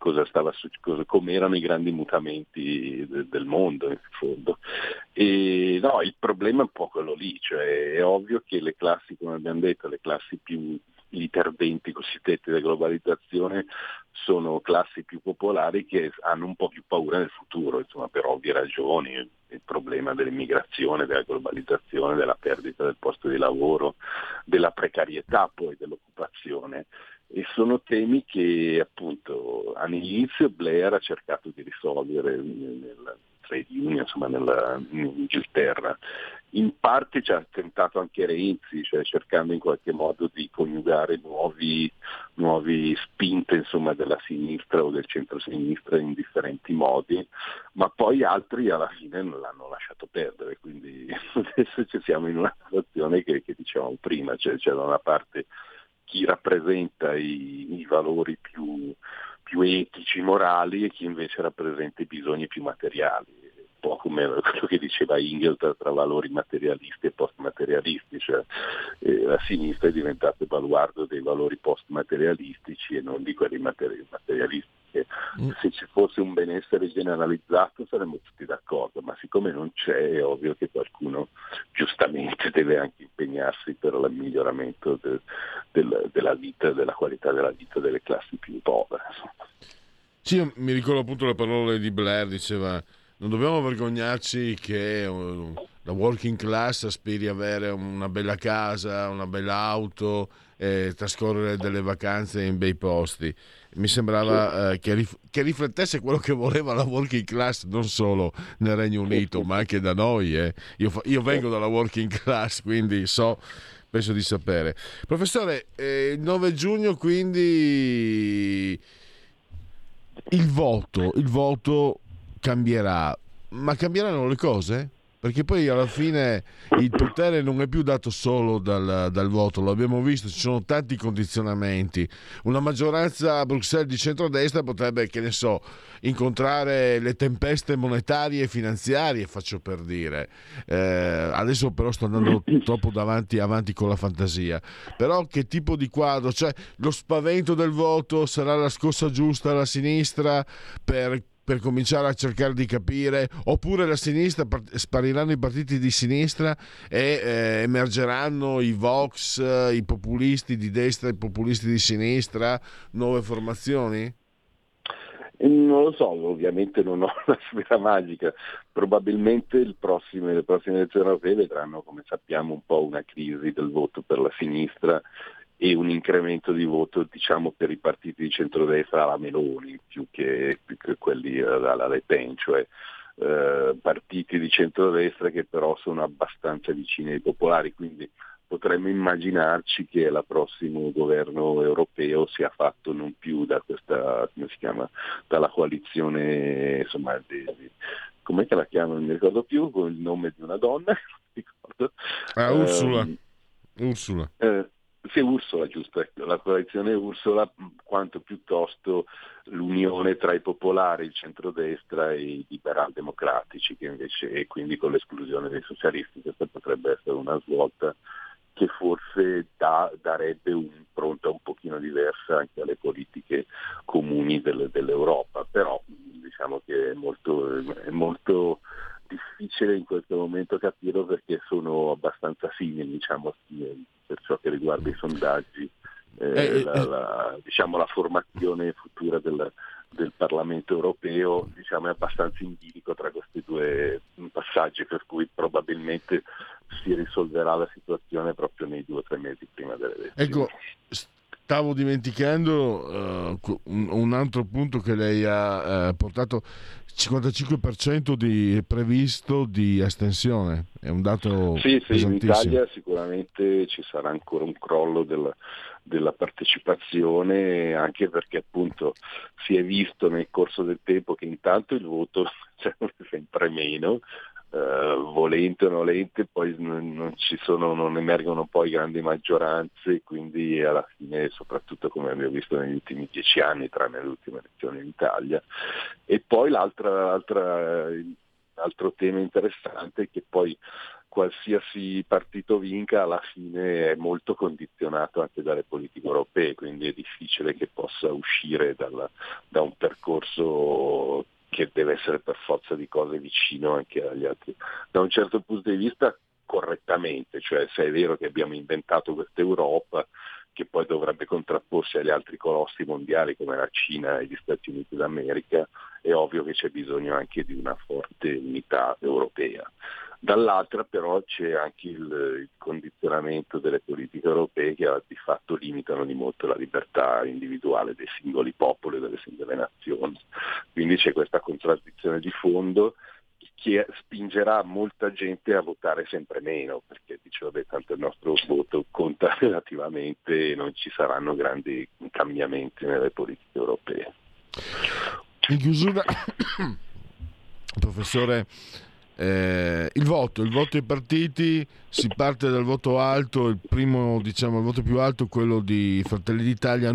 come erano i grandi mutamenti del mondo, in fondo. E no, il problema è un po' quello lì, cioè è ovvio che le classi, come abbiamo detto, le classi più gli perdenti cosiddetti della globalizzazione sono classi più popolari che hanno un po' più paura del futuro, insomma, per ovvie ragioni, il problema dell'immigrazione, della globalizzazione, della perdita del posto di lavoro, della precarietà poi dell'occupazione, e sono temi che appunto all'inizio Blair ha cercato di risolvere nel trade union, insomma, in Inghilterra. In parte ci ha tentato anche Renzi, cioè cercando in qualche modo di coniugare nuovi spinte, insomma, della sinistra o del centro-sinistra in differenti modi, ma poi altri alla fine non l'hanno lasciato perdere, quindi adesso ci siamo in una situazione che dicevamo prima, cioè c'è da una parte chi rappresenta i valori più etici, morali, e chi invece rappresenta i bisogni più materiali. Un po' come quello che diceva Engels tra valori materialisti e post-materialisti, cioè la sinistra è diventata il baluardo dei valori post-materialistici e non di quelli materialistici. Se ci fosse un benessere generalizzato saremmo tutti d'accordo, ma siccome non c'è, è ovvio che qualcuno giustamente deve anche impegnarsi per il miglioramento della vita, della qualità della vita delle classi più povere. Sì, io mi ricordo appunto le parole di Blair, diceva: non dobbiamo vergognarci che la working class aspiri a avere una bella casa, una bella auto e trascorrere delle vacanze in bei posti. Mi sembrava che riflettesse quello che voleva la working class non solo nel Regno Unito ma anche da noi. Io vengo dalla working class, quindi penso di sapere. Professore, il 9 giugno quindi il voto cambierà, ma cambieranno le cose? Perché poi alla fine il potere non è più dato solo dal voto, lo abbiamo visto, ci sono tanti condizionamenti. Una maggioranza a Bruxelles di centrodestra potrebbe, che ne so, incontrare le tempeste monetarie e finanziarie, faccio per dire. Adesso però sto andando troppo avanti con la fantasia. Però che tipo di quadro? Cioè, lo spavento del voto sarà la scossa giusta alla sinistra per cominciare a cercare di capire, oppure la sinistra spariranno i partiti di sinistra e emergeranno i Vox, i populisti di destra, i populisti di sinistra, nuove formazioni? Non lo so, ovviamente non ho la sfera magica, probabilmente le prossime elezioni europee vedranno, come sappiamo, un po' una crisi del voto per la sinistra e un incremento di voto, diciamo, per i partiti di centrodestra alla Meloni più che quelli alla Le Pen, cioè partiti di centrodestra che però sono abbastanza vicini ai popolari, quindi potremmo immaginarci che il prossimo governo europeo sia fatto non più da questa, come si chiama, dalla coalizione, insomma, come che la chiamano, non mi ricordo più, con il nome di una donna, non mi ricordo. Ursula. Sì, Ursula, giusto, la coalizione Ursula, quanto piuttosto l'unione tra i popolari, il centrodestra e i liberal democratici, che invece, e quindi con l'esclusione dei socialisti. Questa potrebbe essere una svolta che forse darebbe un'impronta un pochino diversa anche alle politiche comuni dell'Europa, però diciamo che è molto difficile in questo momento capirlo, perché sono abbastanza simili, diciamo, per ciò che riguarda i sondaggi, diciamo la formazione futura del Parlamento europeo, diciamo, è abbastanza in bilico tra questi due passaggi, per cui probabilmente si risolverà la situazione proprio nei 2 o 3 mesi prima delle elezioni. Ecco, stavo dimenticando un altro punto che lei ha portato: 55% di previsto di astensione, è un dato sì, pesantissimo. In Italia sicuramente ci sarà ancora un crollo della partecipazione, anche perché appunto si è visto nel corso del tempo che intanto il voto c'è sempre meno, volente o nolente, poi non emergono poi grandi maggioranze, quindi alla fine, soprattutto come abbiamo visto negli ultimi 10 anni, tranne le ultime elezioni in Italia. E poi l'altro tema interessante è che poi qualsiasi partito vinca alla fine è molto condizionato anche dalle politiche europee, quindi è difficile che possa uscire da un percorso che deve essere per forza di cose vicino anche agli altri. Da un certo punto di vista correttamente, cioè se è vero che abbiamo inventato questa Europa che poi dovrebbe contrapporsi agli altri colossi mondiali come la Cina e gli Stati Uniti d'America, è ovvio che c'è bisogno anche di una forte unità europea. Dall'altra però c'è anche il condizionamento delle politiche europee che di fatto limitano di molto la libertà individuale dei singoli popoli e delle singole nazioni. Quindi c'è questa contraddizione di fondo che spingerà molta gente a votare sempre meno, perché dice vabbè, tanto il nostro voto conta relativamente e non ci saranno grandi cambiamenti nelle politiche europee. In chiusura, professore, il voto ai partiti, si parte dal voto alto, il voto più alto, quello di Fratelli d'Italia,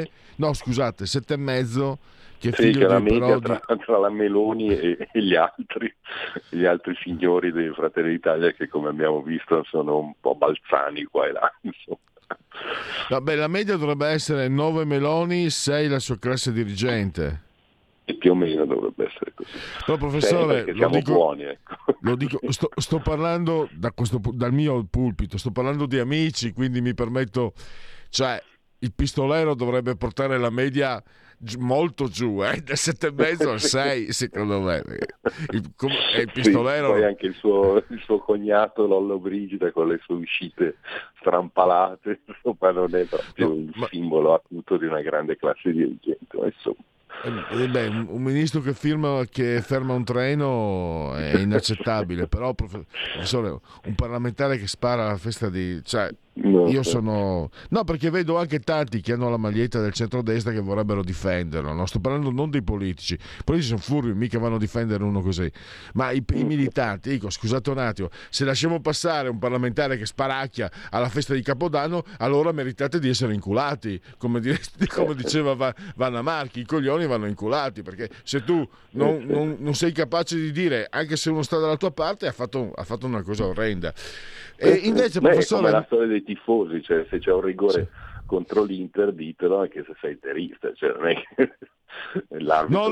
7,5, che sì, che la media però tra la Meloni e gli altri signori dei Fratelli d'Italia, che come abbiamo visto sono un po' balzani qua e là, insomma. Vabbè, la media dovrebbe essere 9 Meloni, 6 la sua classe dirigente. E più o meno dovrebbe essere così. Però professore, buoni, ecco. Lo dico, sto parlando dal mio pulpito, sto parlando di amici, quindi mi permetto, cioè il pistolero dovrebbe portare la media molto giù, dal 7,5 al 6 secondo me. Il pistolero. Sì, poi anche il suo cognato Lollo Brigida con le sue uscite strampalate, insomma non è proprio un simbolo acuto di una grande classe dirigente, ma insomma. Un ministro che ferma un treno è inaccettabile, però professore, un parlamentare che spara alla festa di... No, perché vedo anche tanti che hanno la maglietta del centrodestra che vorrebbero difenderlo, no? Sto parlando non dei politici, i politici sono furbi, mica vanno a difendere uno così, ma i militanti. Dico, scusate un attimo, se lasciamo passare un parlamentare che sparacchia alla festa di Capodanno, allora meritate di essere inculati, come diceva Vanna Marchi, i coglioni vanno inculati, perché se tu non sei capace di dire, anche se uno sta dalla tua parte, ha fatto una cosa orrenda. E invece, professore, come la storia dei tifosi, cioè se c'è un rigore contro l'Inter ditelo anche se sei interista, cioè non è che l'arbitro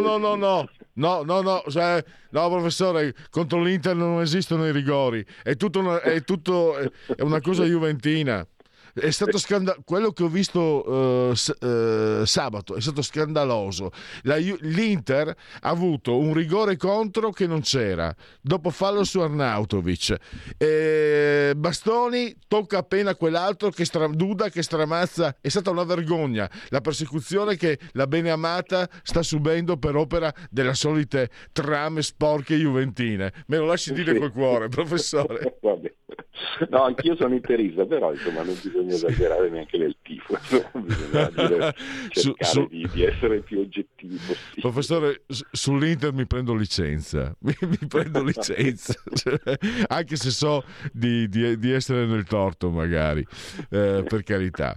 no, professore, contro l'Inter non esistono i rigori, è una cosa juventina. È stato quello che ho visto sabato è stato scandaloso. L'Inter ha avuto un rigore contro che non c'era, dopo fallo su Arnautovic, Bastoni tocca appena quell'altro che Duda che stramazza. È stata una vergogna la persecuzione che la Beneamata sta subendo per opera delle solite trame sporche juventine. Me lo lasci dire col cuore, professore. Vabbè. No, anch'io sono interista, però insomma non bisogna esagerare neanche nel tifo, bisogna cercare di essere più oggettivi possibile. Professore, sull'Inter mi prendo licenza, mi prendo licenza, anche se so di essere nel torto magari, per carità.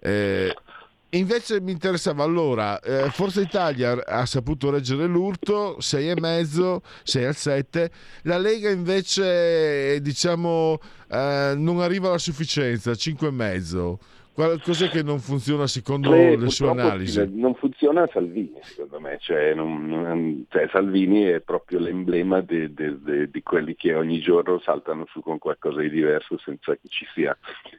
Invece mi interessava, allora, Forza Italia ha saputo reggere l'urto, 6,5, 6 al 7, la Lega invece diciamo non arriva alla sufficienza, 5,5. Qualcosa che non funziona secondo le sue analisi? Non funziona Salvini, secondo me, cioè Salvini è proprio l'emblema di quelli che ogni giorno saltano su con qualcosa di diverso senza che ci sia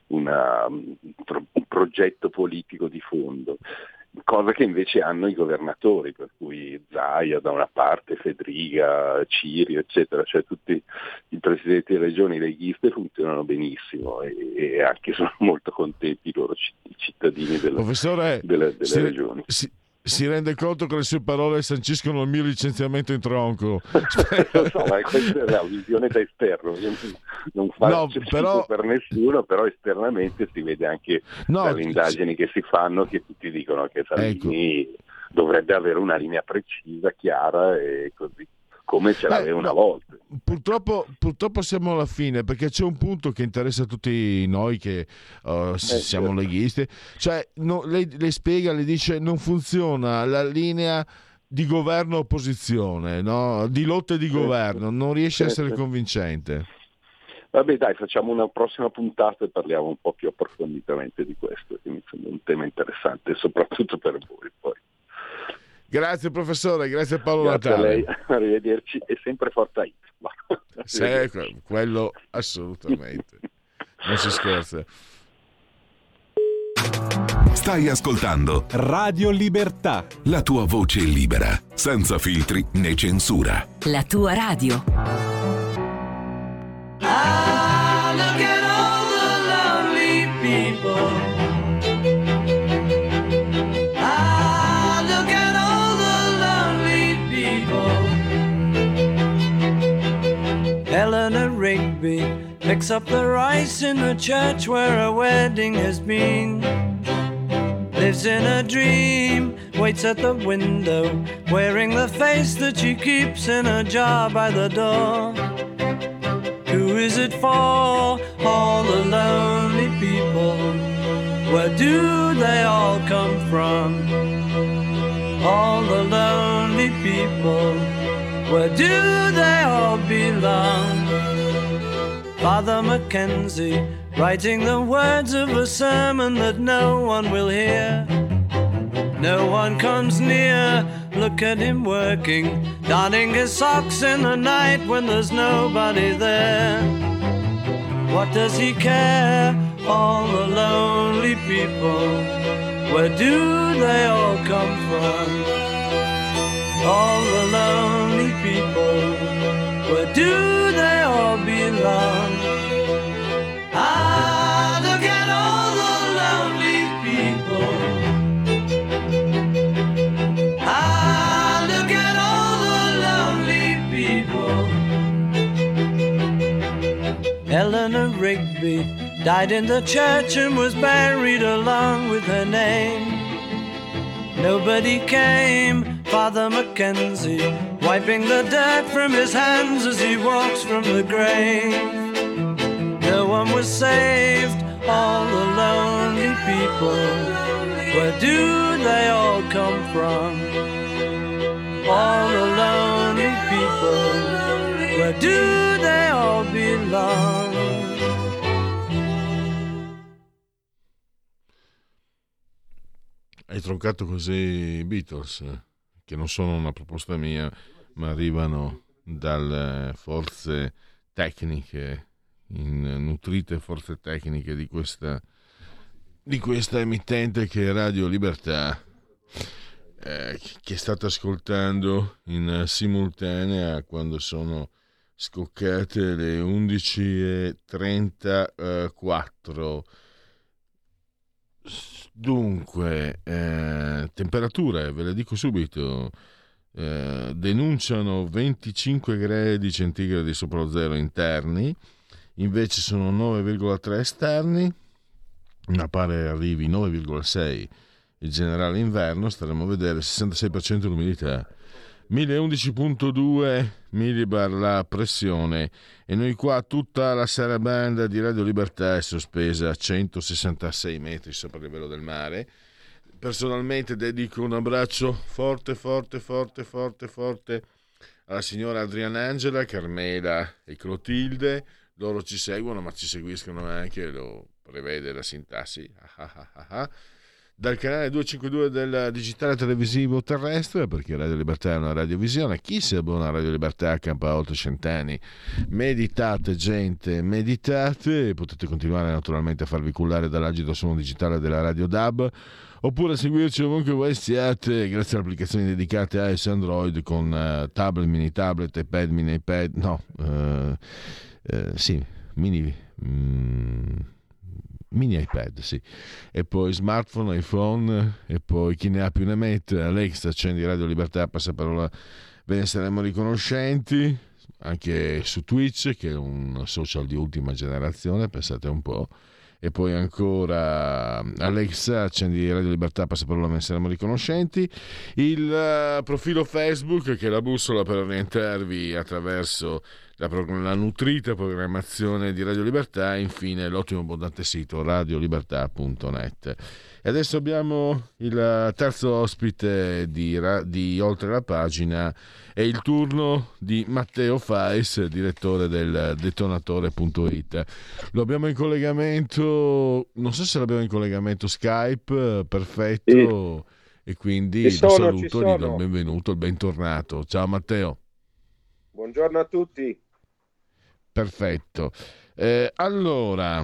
un progetto politico di fondo. Cosa che invece hanno i governatori, per cui Zaia da una parte, Fedriga, Cirio, eccetera, cioè tutti i presidenti di regioni leghiste funzionano benissimo e anche sono molto contenti i loro cittadini delle regioni. Si rende conto che le sue parole sanciscono il mio licenziamento in tronco. Lo so, ma questa è la visione da esterno. Io non faccio schifo per nessuno, però esternamente si vede anche dalle indagini che si fanno che tutti dicono che Salvini dovrebbe avere una linea precisa, chiara e così, come ce l'aveva una volta. Purtroppo siamo alla fine, perché c'è un punto che interessa a tutti noi che siamo leghisti, cioè lei spiega, le dice non funziona la linea di governo-opposizione, no? Di lotte di governo, non riesce a essere convincente. Vabbè dai, facciamo una prossima puntata e parliamo un po' più approfonditamente di questo, che mi sembra un tema interessante soprattutto per voi poi. Grazie professore, grazie Paolo Grazie Natale. a lei, arrivederci e sempre Forza Italia. Quello assolutamente, non si scherza. Stai ascoltando Radio Libertà, la tua voce libera, senza filtri né censura. La tua radio. Look at all the lonely people. Eleanor Rigby picks up the rice in the church where a wedding has been. Lives in a dream, waits at the window, wearing the face that she keeps in a jar by the door. Who is it for? All the lonely people. Where do they all come from? All the lonely people. Where do they all belong? Father Mackenzie, writing the words of a sermon that no one will hear. No one comes near, look at him working, darning his socks in the night when there's nobody there. What does he care? All the lonely people. Where do they all come from? All the lonely people, where do they all belong? Ah, look at all the lonely people. Ah, look at all the lonely people. Eleanor Rigby died in the church and was buried along with her name. Nobody came, Father Mackenzie, wiping the dirt from his hands as he walks from the grave. No one was saved, all the lonely people. Where do they all come from? All the lonely people. Where do they all belong? Hai troncato così i Beatles, che non sono una proposta mia, ma arrivano dalle forze tecniche, nutrite forze tecniche di questa emittente che è Radio Libertà, che state ascoltando in simultanea quando sono scoccate le 11:34. Dunque, temperature, ve le dico subito, denunciano 25 gradi centigradi sopra lo zero interni, invece sono 9,3 esterni, ma pare arrivi 9,6 il generale inverno, staremo a vedere, 66% l'umidità, 1011,2 millibar la pressione, e noi qua tutta la sarabanda di Radio Libertà è sospesa a 166 metri sopra il livello del mare. Personalmente dedico un abbraccio forte alla signora Adriana Angela, Carmela e Clotilde. Loro ci seguono, ma ci seguiscono anche, lo prevede la sintassi, dal canale 252 del digitale televisivo terrestre, perché Radio Libertà è una radiovisione. Chi si abbona a Radio Libertà campa oltre 100 anni. Meditate, gente, meditate. Potete continuare naturalmente a farvi cullare dall'agido suono digitale della Radio DAB, oppure seguirci ovunque voi siate grazie alle applicazioni dedicate a iOS e Android con tablet, mini tablet, iPad, mini iPad, mini iPad, sì, e poi smartphone, iPhone, e poi chi ne ha più ne mette. Alexa, accendi Radio Libertà, passaparola, ve ne saremo riconoscenti. Anche su Twitch, che è un social di ultima generazione, pensate un po'. E poi ancora Alexa, accendi Radio Libertà, passaparola, ve ne saremo riconoscenti. Il profilo Facebook, che è la bussola per orientarvi attraverso la nutrita programmazione di Radio Libertà, e infine l'ottimo abbondante sito radiolibertà.net. E adesso abbiamo il terzo ospite di Oltre la Pagina, è il turno di Matteo Fais, direttore del detonatore.it. Lo abbiamo in collegamento, non so se l'abbiamo in collegamento Skype, perfetto, e quindi lo saluto, gli do il benvenuto, il bentornato. Ciao Matteo. Buongiorno a tutti. Perfetto. Allora,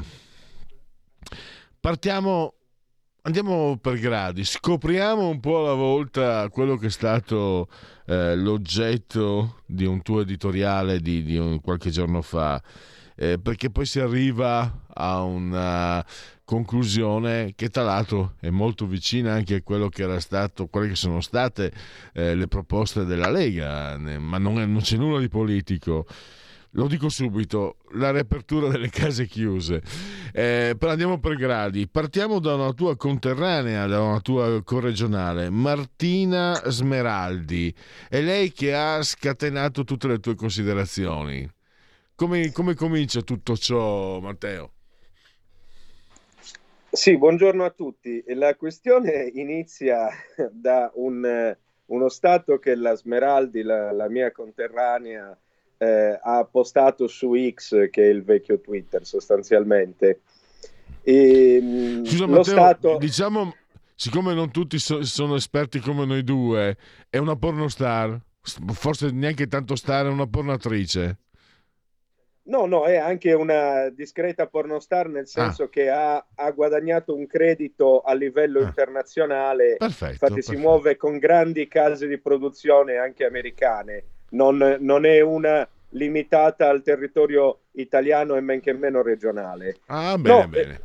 andiamo per gradi, scopriamo un po' alla volta quello che è stato l'oggetto di un tuo editoriale di qualche giorno fa, perché poi si arriva a una conclusione che tra l'altro è molto vicina anche a quello che era stato, quelle che sono state le proposte della Lega, ma non c'è nulla di politico. Lo dico subito, la riapertura delle case chiuse. Però andiamo per gradi. Partiamo da una tua conterranea, da una tua corregionale, Martina Smeraldi. È lei che ha scatenato tutte le tue considerazioni. Come comincia tutto ciò, Matteo? Sì, buongiorno a tutti. La questione inizia da uno stato che la Smeraldi, la mia conterranea, ha postato su X, che è il vecchio Twitter sostanzialmente. Scusa Matteo, diciamo, siccome non tutti sono esperti come noi due, è una pornostar, forse neanche tanto star, è una pornatrice. No, è anche una discreta pornostar, nel senso che ha guadagnato un credito a livello internazionale. Infatti si muove con grandi case di produzione anche americane, non è una limitata al territorio italiano e men che meno regionale. Bene.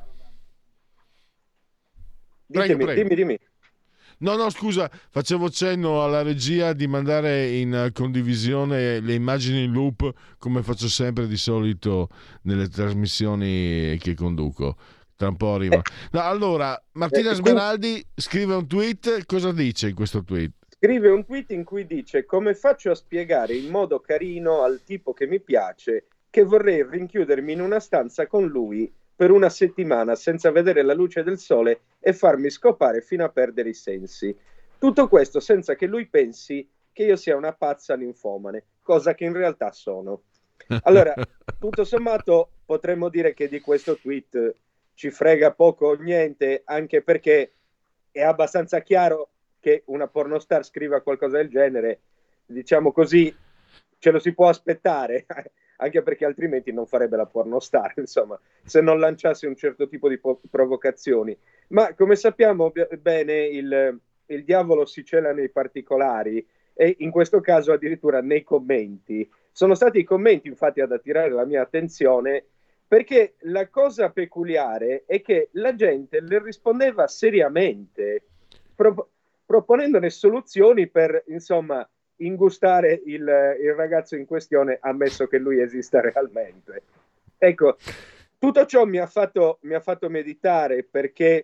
Dimmi. No, scusa, facevo cenno alla regia di mandare in condivisione le immagini in loop, come faccio sempre di solito nelle trasmissioni che conduco. Tra un po' arriva. No, allora, Martina Smeraldi scrive un tweet. Cosa dice in questo tweet? Scrive un tweet in cui dice: come faccio a spiegare in modo carino al tipo che mi piace che vorrei rinchiudermi in una stanza con lui per una settimana senza vedere la luce del sole e farmi scopare fino a perdere i sensi. Tutto questo senza che lui pensi che io sia una pazza ninfomane, cosa che in realtà sono. Allora, tutto sommato potremmo dire che di questo tweet ci frega poco o niente, anche perché è abbastanza chiaro che una pornostar scriva qualcosa del genere, diciamo così, ce lo si può aspettare, anche perché altrimenti non farebbe la pornostar, insomma, se non lanciasse un certo tipo di provocazioni. Ma come sappiamo bene, il diavolo si cela nei particolari, e in questo caso addirittura nei commenti. Sono stati i commenti, infatti, ad attirare la mia attenzione, perché la cosa peculiare è che la gente le rispondeva seriamente, proponendone soluzioni per, insomma, ingustare il ragazzo in questione, ammesso che lui esista realmente. Ecco, tutto ciò mi ha fatto meditare, perché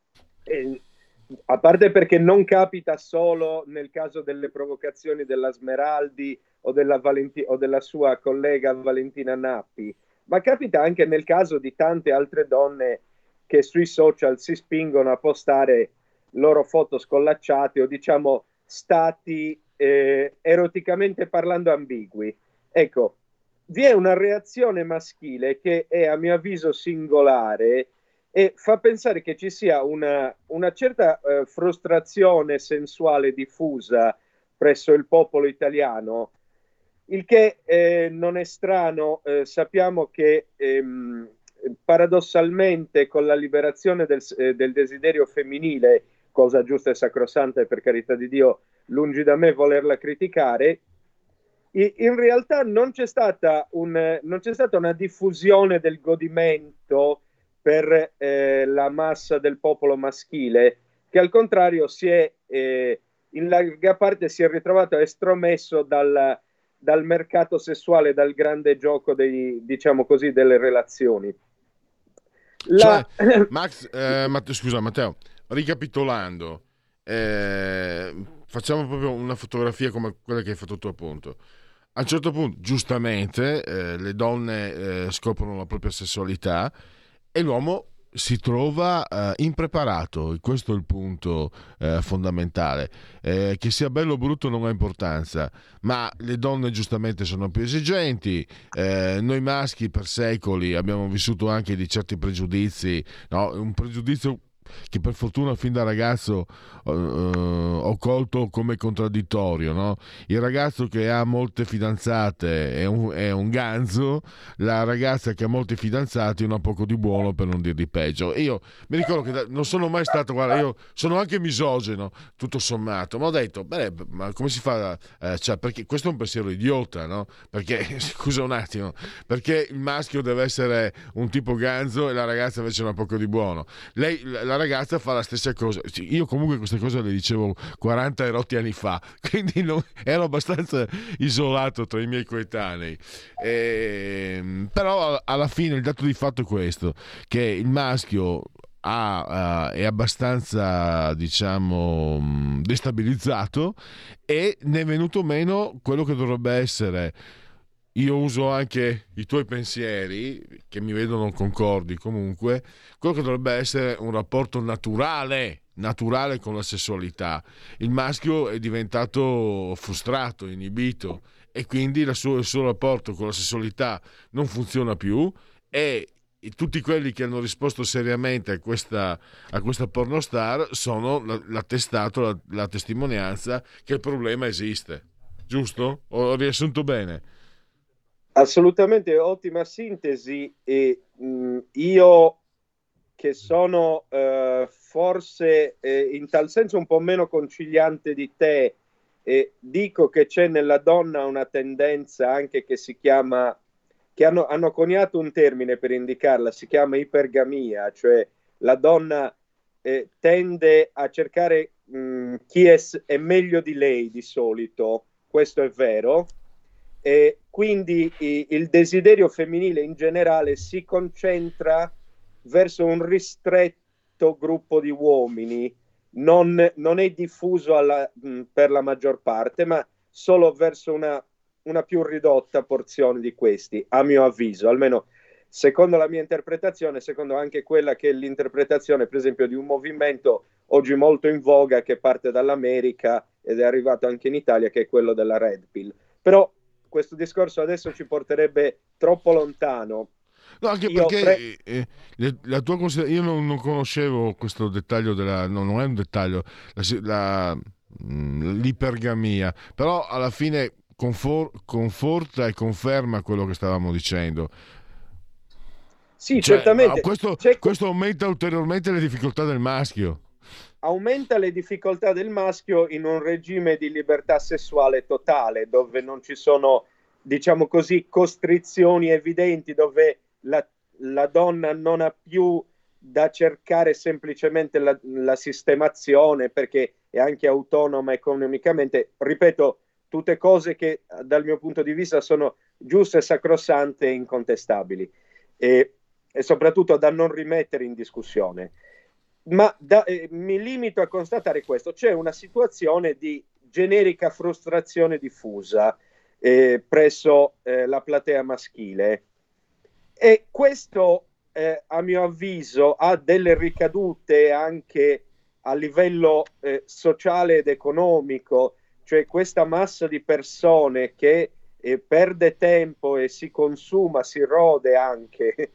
a parte perché non capita solo nel caso delle provocazioni della Smeraldi o della sua collega Valentina Nappi, ma capita anche nel caso di tante altre donne che sui social si spingono a postare loro foto scollacciate o, diciamo, stati eroticamente parlando ambigui. Ecco, vi è una reazione maschile che è, a mio avviso, singolare e fa pensare che ci sia una certa frustrazione sensuale diffusa presso il popolo italiano, il che non è strano. Sappiamo che paradossalmente con la liberazione del desiderio femminile, cosa giusta e sacrosanta e per carità di Dio lungi da me volerla criticare, in realtà non c'è stata una diffusione del godimento per la massa del popolo maschile, che al contrario in larga parte si è ritrovato estromesso dal mercato sessuale, dal grande gioco diciamo così, delle relazioni. Scusa Matteo, ricapitolando, facciamo proprio una fotografia come quella che hai fatto tu, appunto. A un certo punto, giustamente, le donne scoprono la propria sessualità e l'uomo si trova impreparato. Questo è il punto fondamentale. Che sia bello o brutto non ha importanza, ma le donne giustamente sono più esigenti. Noi maschi per secoli abbiamo vissuto anche di certi pregiudizi, no? Un pregiudizio che per fortuna fin da ragazzo ho colto come contraddittorio, no? Il ragazzo che ha molte fidanzate è un ganzo, la ragazza che ha molti fidanzati non ha poco di buono, per non dir di peggio. Io mi ricordo che non sono mai stato, guarda, io sono anche misogino tutto sommato, ma ho detto ma come si fa, cioè, perché questo è un pensiero idiota, no? Perché scusa un attimo, perché il maschio deve essere un tipo ganzo e la ragazza invece non ha poco di buono. La ragazza fa la stessa cosa. Io comunque queste cose le dicevo 40 e rotti anni fa, quindi ero abbastanza isolato tra i miei coetanei, però alla fine il dato di fatto è questo, che il maschio è abbastanza, diciamo, destabilizzato, e ne è venuto meno quello che dovrebbe essere. Io uso anche i tuoi pensieri, che mi vedono concordi comunque, quello che dovrebbe essere un rapporto naturale con la sessualità. Il maschio è diventato frustrato, inibito, e quindi il suo rapporto con la sessualità non funziona più, e tutti quelli che hanno risposto seriamente a questa pornostar sono l'attestato, la testimonianza che il problema esiste. Giusto? Ho riassunto bene? Assolutamente, ottima sintesi. E io che sono forse in tal senso un po' meno conciliante di te, dico che c'è nella donna una tendenza anche che si chiama, che hanno coniato un termine per indicarla, si chiama ipergamia, cioè la donna tende a cercare chi è meglio di lei di solito, questo è vero, e quindi il desiderio femminile in generale si concentra verso un ristretto gruppo di uomini, non è diffuso per la maggior parte, ma solo verso una più ridotta porzione di questi, a mio avviso, almeno secondo la mia interpretazione, secondo anche quella che è l'interpretazione, per esempio, di un movimento oggi molto in voga che parte dall'America ed è arrivato anche in Italia, che è quello della Red Pill. Però questo discorso adesso ci porterebbe troppo lontano. No, anche perché la tua io non conoscevo questo dettaglio no, non è un dettaglio, l'ipergamia, però alla fine conforta e conferma quello che stavamo dicendo. Sì, certamente. Questo aumenta ulteriormente le difficoltà del maschio. Aumenta le difficoltà del maschio in un regime di libertà sessuale totale, dove non ci sono, diciamo così, costrizioni evidenti, dove la donna non ha più da cercare semplicemente la sistemazione perché è anche autonoma economicamente. Ripeto, tutte cose che dal mio punto di vista sono giuste, sacrosante e incontestabili, e soprattutto da non rimettere in discussione. Ma mi limito a constatare questo: c'è una situazione di generica frustrazione diffusa presso la platea maschile, e questo a mio avviso ha delle ricadute anche a livello sociale ed economico, cioè questa massa di persone che perde tempo e si consuma, si rode anche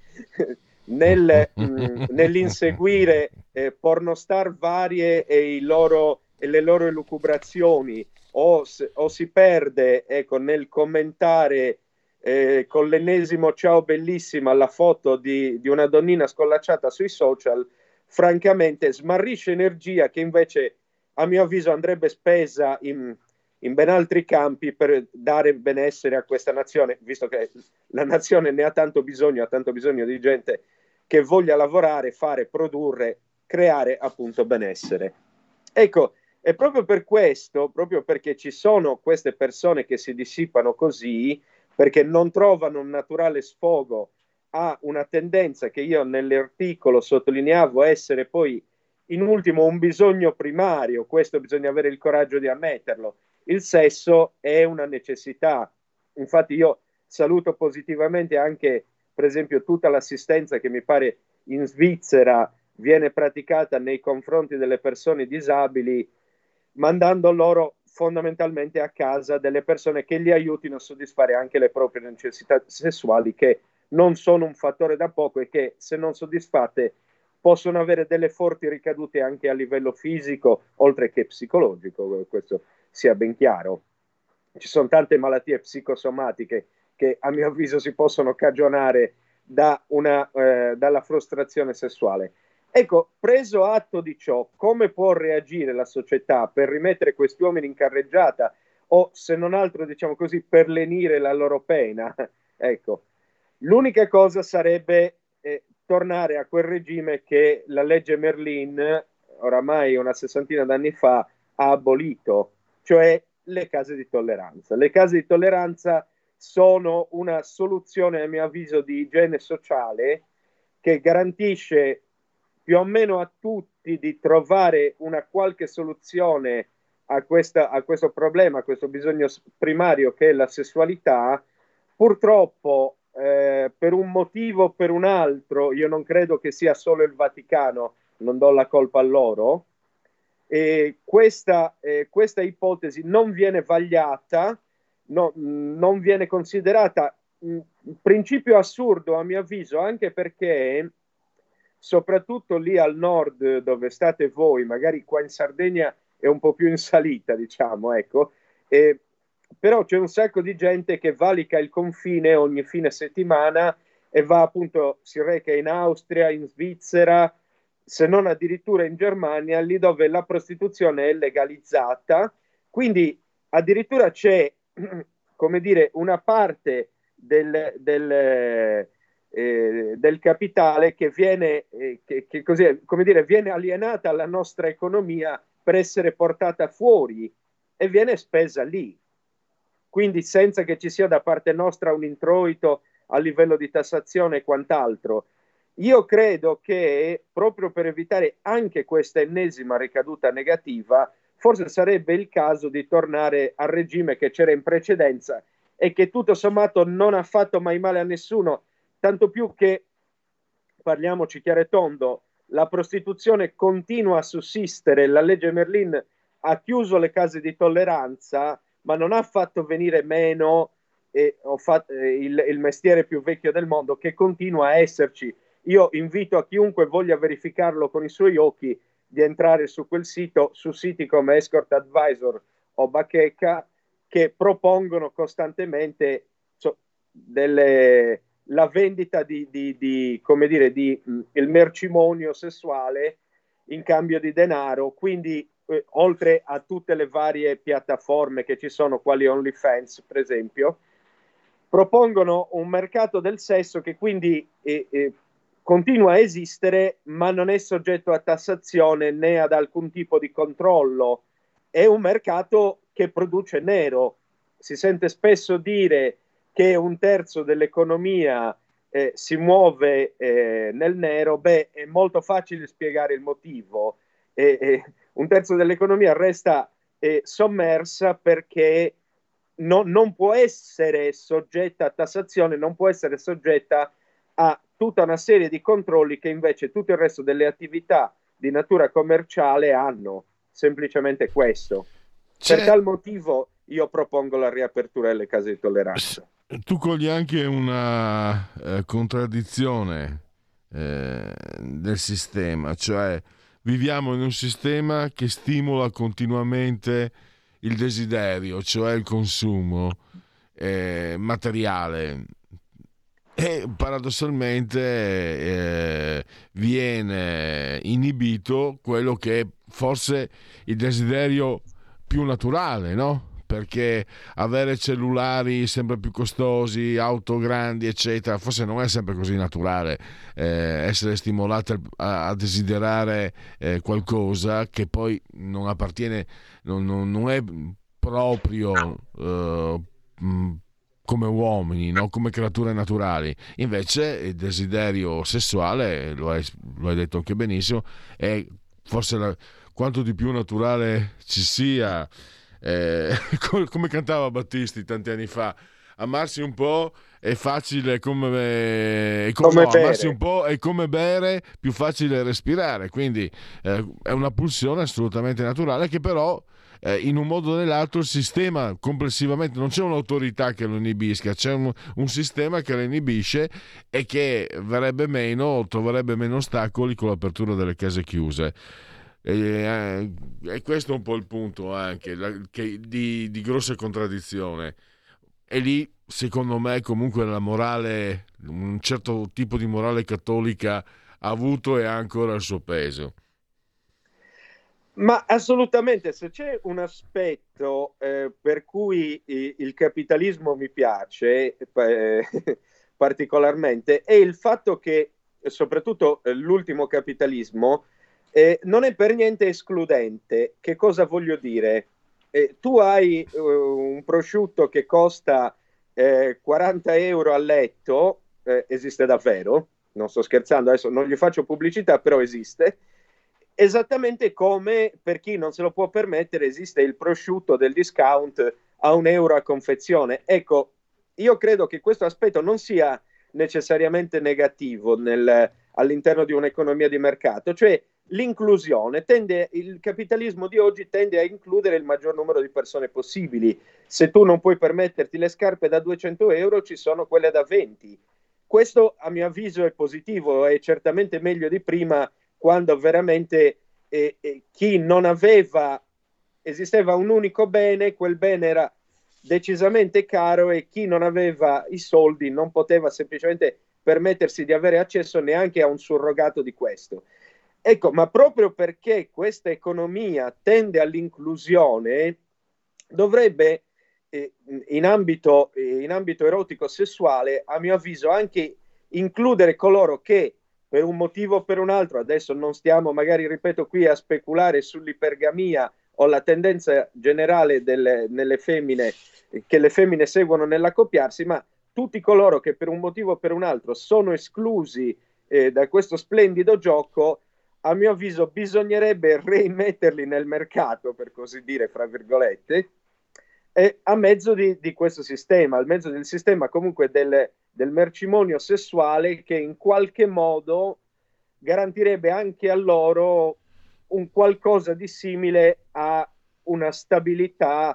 nell'inseguire pornostar varie e le loro elucubrazioni, o si perde, ecco, nel commentare con l'ennesimo ciao bellissima la foto di una donnina scollacciata sui social. Francamente smarrisce energia che invece a mio avviso andrebbe spesa in ben altri campi per dare benessere a questa nazione, visto che la nazione ne ha tanto bisogno di gente che voglia lavorare, fare, produrre, creare appunto benessere. Ecco, è proprio per questo, proprio perché ci sono queste persone che si dissipano così, perché non trovano un naturale sfogo a una tendenza che io nell'articolo sottolineavo essere poi in ultimo un bisogno primario, questo bisogna avere il coraggio di ammetterlo. Il sesso è una necessità. Infatti io saluto positivamente anche, per esempio, tutta l'assistenza che mi pare in Svizzera viene praticata nei confronti delle persone disabili, mandando loro fondamentalmente a casa delle persone che li aiutino a soddisfare anche le proprie necessità sessuali, che non sono un fattore da poco e che, se non soddisfatte, possono avere delle forti ricadute anche a livello fisico, oltre che psicologico, questo sia ben chiaro. Ci sono tante malattie psicosomatiche che a mio avviso si possono cagionare dalla frustrazione sessuale. Ecco, preso atto di ciò, come può reagire la società per rimettere questi uomini in carreggiata, o se non altro, diciamo così, per lenire la loro pena? Ecco, l'unica cosa sarebbe tornare a quel regime che la legge Merlin, oramai una sessantina d'anni fa, ha abolito, cioè le case di tolleranza. Le case di tolleranza sono una soluzione, a mio avviso, di igiene sociale che garantisce più o meno a tutti di trovare una qualche soluzione a questo problema, a questo bisogno primario che è la sessualità. Purtroppo, per un motivo o per un altro, io non credo che sia solo il Vaticano, non do la colpa a loro, e questa ipotesi non viene vagliata, non viene considerata un principio assurdo, a mio avviso, anche perché soprattutto lì al nord dove state voi, magari qua in Sardegna è un po' più in salita, diciamo, ecco, però c'è un sacco di gente che valica il confine ogni fine settimana e va appunto, si reca in Austria, in Svizzera, se non addirittura in Germania, lì dove la prostituzione è legalizzata. Quindi addirittura c'è, come dire, una parte del capitale che viene, che così, come dire, viene alienata alla nostra economia per essere portata fuori e viene spesa lì. Quindi senza che ci sia da parte nostra un introito a livello di tassazione e quant'altro. Io credo che proprio per evitare anche questa ennesima ricaduta negativa, forse sarebbe il caso di tornare al regime che c'era in precedenza e che tutto sommato non ha fatto mai male a nessuno, tanto più che, parliamoci chiaro e tondo, la prostituzione continua a sussistere, la legge Merlin ha chiuso le case di tolleranza, ma non ha fatto venire meno il mestiere più vecchio del mondo, che continua a esserci. Io invito a chiunque voglia verificarlo con i suoi occhi di entrare su quel sito, su siti come Escort Advisor o Bacheca, che propongono costantemente la vendita di come dire, il mercimonio sessuale in cambio di denaro. Quindi oltre a tutte le varie piattaforme che ci sono, quali OnlyFans per esempio, propongono un mercato del sesso che quindi continua a esistere, ma non è soggetto a tassazione né ad alcun tipo di controllo. È un mercato che produce nero. Si sente spesso dire che un terzo dell'economia si muove nel nero. Beh, è molto facile spiegare il motivo. Un terzo dell'economia resta sommersa perché non può essere soggetta a tassazione, non può essere soggetta a tutta una serie di controlli che invece tutto il resto delle attività di natura commerciale hanno. Semplicemente questo. Per tal motivo io propongo la riapertura delle case di tolleranza. Tu cogli anche una contraddizione del sistema, cioè viviamo in un sistema che stimola continuamente il desiderio, cioè il consumo materiale, e paradossalmente viene inibito quello che è forse il desiderio più naturale, no? Perché avere cellulari sempre più costosi, auto grandi, eccetera, forse non è sempre così naturale. Essere stimolati a desiderare qualcosa che poi non appartiene, non è proprio come uomini, no? Come creature naturali. Invece il desiderio sessuale, lo hai detto anche benissimo, è forse quanto di più naturale ci sia. Come cantava Battisti tanti anni fa, amarsi un po' è facile amarsi un po' è come bere, più facile respirare, quindi è una pulsione assolutamente naturale che però in un modo o nell'altro il sistema complessivamente, non c'è un'autorità che lo inibisca, c'è un sistema che lo inibische e che troverebbe meno ostacoli con l'apertura delle case chiuse. E questo è un po' il punto anche di grossa contraddizione, e lì secondo me comunque la morale, un certo tipo di morale cattolica ha avuto e ha ancora il suo peso. Ma assolutamente, se c'è un aspetto per cui il capitalismo mi piace particolarmente, è il fatto che soprattutto l'ultimo capitalismo non è per niente escludente. Che cosa voglio dire? Tu hai un prosciutto che costa 40 euro a letto, esiste davvero, non sto scherzando, adesso non gli faccio pubblicità, però esiste, esattamente come per chi non se lo può permettere esiste il prosciutto del discount a €1 a confezione. Ecco, io credo che questo aspetto non sia necessariamente negativo all'interno di un'economia di mercato, cioè l'inclusione il capitalismo di oggi tende a includere il maggior numero di persone possibili. Se tu non puoi permetterti le scarpe da 200 euro, ci sono quelle da 20. Questo a mio avviso è positivo, è certamente meglio di prima, quando veramente chi non aveva, esisteva un unico bene, quel bene era decisamente caro e chi non aveva i soldi non poteva semplicemente permettersi di avere accesso neanche a un surrogato di questo. Ecco, ma proprio perché questa economia tende all'inclusione, dovrebbe in ambito erotico-sessuale, a mio avviso, anche includere coloro che per un motivo o per un altro, adesso non stiamo magari, ripeto, qui a speculare sull'ipergamia o la tendenza generale nelle femmine, che le femmine seguono nell'accoppiarsi, ma tutti coloro che per un motivo o per un altro sono esclusi da questo splendido gioco, a mio avviso bisognerebbe reimmetterli nel mercato, per così dire, fra virgolette, a mezzo di questo sistema, al mezzo del sistema comunque del mercimonio sessuale, che in qualche modo garantirebbe anche a loro un qualcosa di simile a una stabilità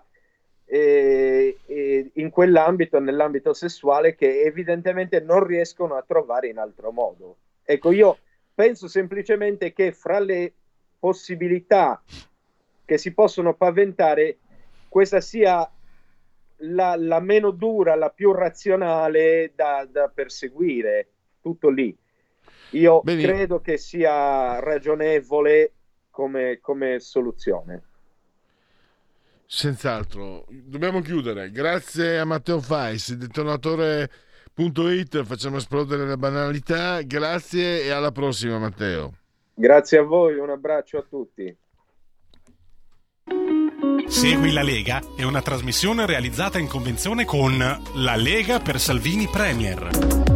in quell'ambito, nell'ambito sessuale, che evidentemente non riescono a trovare in altro modo. Ecco, io penso semplicemente che fra le possibilità che si possono paventare, questa sia la meno dura, la più razionale da perseguire, tutto lì. Io credo che sia ragionevole come soluzione. Senz'altro. Dobbiamo chiudere. Grazie a Matteo Fais, detonatore.it, facciamo esplodere le banalità. Grazie e alla prossima, Matteo. Grazie a voi, un abbraccio a tutti. Segui la Lega è una trasmissione realizzata in convenzione con La Lega per Salvini Premier.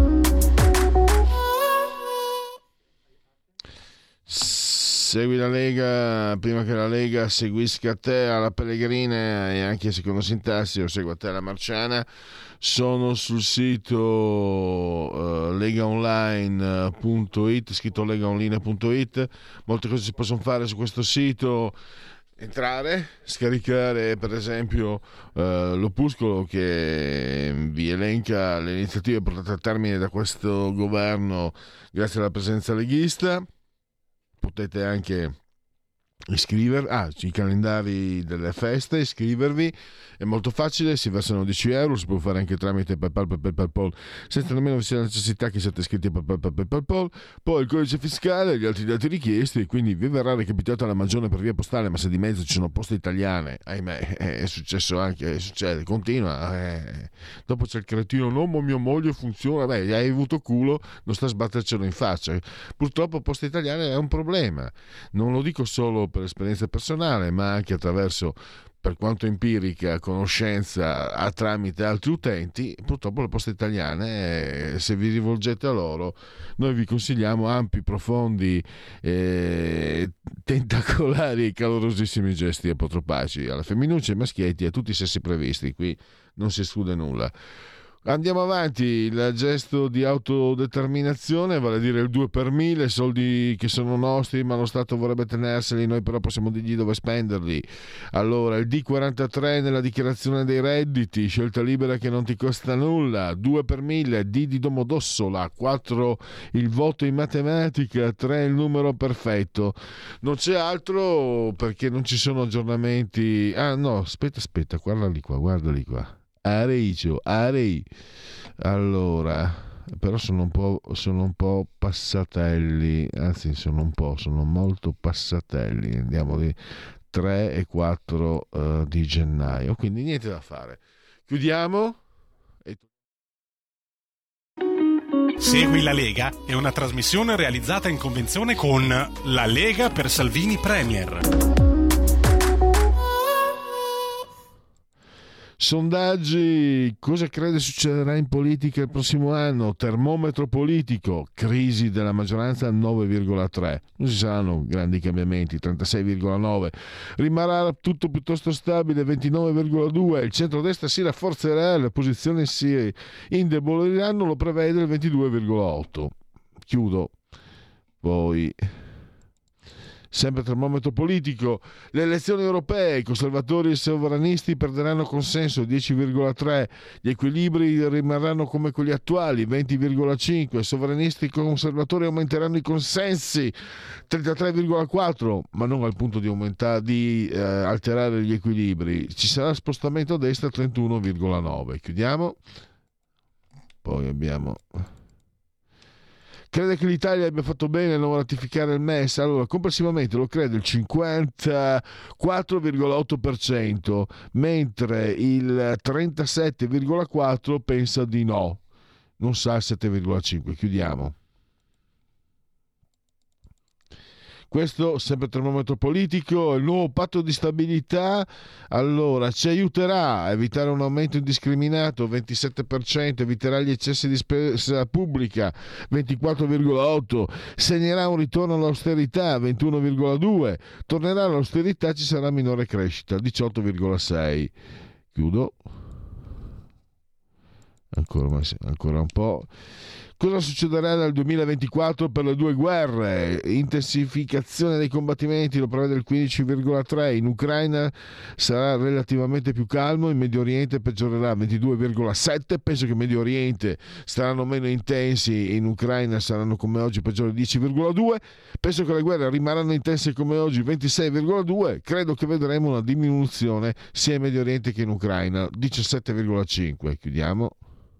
Segui la Lega prima che la Lega seguisca te alla Pellegrina e anche secondo sintassi, o segua te alla Marciana. Sono sul sito legaonline.it, scritto legaonline.it. Molte cose si possono fare su questo sito. Entrare, scaricare per esempio l'opuscolo che vi elenca le iniziative portate a termine da questo governo grazie alla presenza leghista. Potete anche i calendari delle feste, iscrivervi, è molto facile, si versano 10 euro, si può fare anche tramite PayPal, senza nemmeno vi sia la necessità che siate iscritti a PayPal, poi il codice fiscale e gli altri dati richiesti, quindi vi verrà recapitata la magione per via postale, ma se di mezzo ci sono poste italiane, ahimè, è successo anche, succede, continua, dopo c'è il cretino, no, ma mia moglie funziona, beh, hai avuto culo, non sta a sbattercelo in faccia. Purtroppo poste italiane è un problema, non lo dico solo per esperienza personale, ma anche attraverso, per quanto empirica, conoscenza tramite altri utenti. Purtroppo le poste italiane, se vi rivolgete a loro, noi vi consigliamo ampi, profondi, tentacolari e calorosissimi gesti apotropaci alla femminuccia, ai maschietti e a tutti i sessi previsti. Qui non si esclude nulla. Andiamo avanti, il gesto di autodeterminazione, vale a dire il 2 per 1000, soldi che sono nostri ma lo Stato vorrebbe tenerseli, noi però possiamo dirgli dove spenderli. Allora, il D43 nella dichiarazione dei redditi, scelta libera che non ti costa nulla, 2 per 1000, D di Domodossola, 4 il voto in matematica, 3 il numero perfetto. Non c'è altro perché non ci sono aggiornamenti. Ah no, aspetta, guardali qua. Arei. Allora, però sono un po' passatelli, anzi sono molto passatelli. Andiamo di 3 e 4 di gennaio, quindi niente da fare. Chiudiamo. Segui la Lega è una trasmissione realizzata in convenzione con La Lega per Salvini Premier. Sondaggi, cosa crede succederà in politica il prossimo anno? Termometro politico, crisi della maggioranza 9,3, non ci saranno grandi cambiamenti, 36,9, rimarrà tutto piuttosto stabile 29,2, il centrodestra si rafforzerà, le posizioni si indeboliranno, lo prevede il 22,8. Chiudo, poi Sempre termometro politico, le elezioni europee, i conservatori e i sovranisti perderanno consenso 10,3, gli equilibri rimarranno come quelli attuali 20,5, sovranisti e conservatori aumenteranno i consensi 33,4, ma non al punto di alterare gli equilibri. Ci sarà spostamento a destra 31,9. Chiudiamo. Poi abbiamo... Crede che l'Italia abbia fatto bene a non ratificare il MES? Allora, complessivamente lo crede il 54,8%, mentre il 37,4% pensa di no, non sa il 7,5%. Chiudiamo. Questo sempre termometro politico, il nuovo patto di stabilità, allora ci aiuterà a evitare un aumento indiscriminato 27%, eviterà gli eccessi di spesa pubblica 24,8%, segnerà un ritorno all'austerità 21,2%, tornerà all'austerità, ci sarà minore crescita 18,6%. Chiudo. Ancora un po'. Cosa succederà nel 2024 per le due guerre? Intensificazione dei combattimenti, lo prevede il 15,3%, in Ucraina sarà relativamente più calmo, in Medio Oriente peggiorerà 22,7%, penso che in Medio Oriente saranno meno intensi, in Ucraina saranno come oggi peggiori 10,2%, penso che le guerre rimarranno intense come oggi 26,2%, credo che vedremo una diminuzione sia in Medio Oriente che in Ucraina 17,5%. Chiudiamo.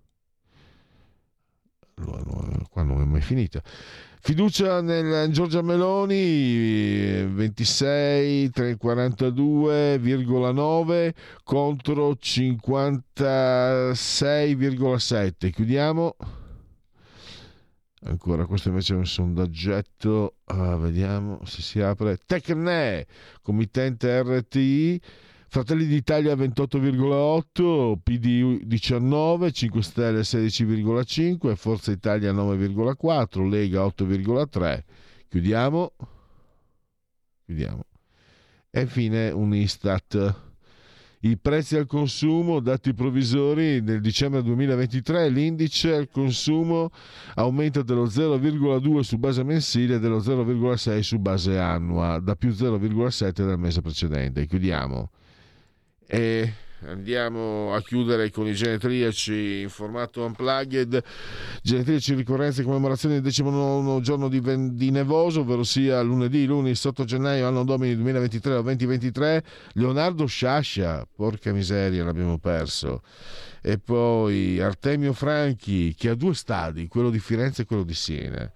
Qua non è mai finita. Fiducia nel Giorgia Meloni 42,9 contro 56,7. Chiudiamo. Ancora, questo invece è un sondaggetto, vediamo se si apre. Tecne, committente RTI, Fratelli d'Italia 28,8, PD 19, 5 Stelle 16,5, Forza Italia 9,4, Lega 8,3. Chiudiamo. E infine un Istat. I prezzi al consumo, dati provvisori nel dicembre 2023, l'indice al consumo aumenta dello 0,2 su base mensile e dello 0,6 su base annua, da più 0,7 del mese precedente. Chiudiamo. E andiamo a chiudere con i genetriaci in formato unplugged. Genetriaci, ricorrenze e commemorazioni del 19° giorno di nevoso, ovvero sia lunedì 8 gennaio anno domini 2023 o 2023. Leonardo Sciascia, porca miseria, l'abbiamo perso. E poi Artemio Franchi, che ha due stadi, quello di Firenze e quello di Siena,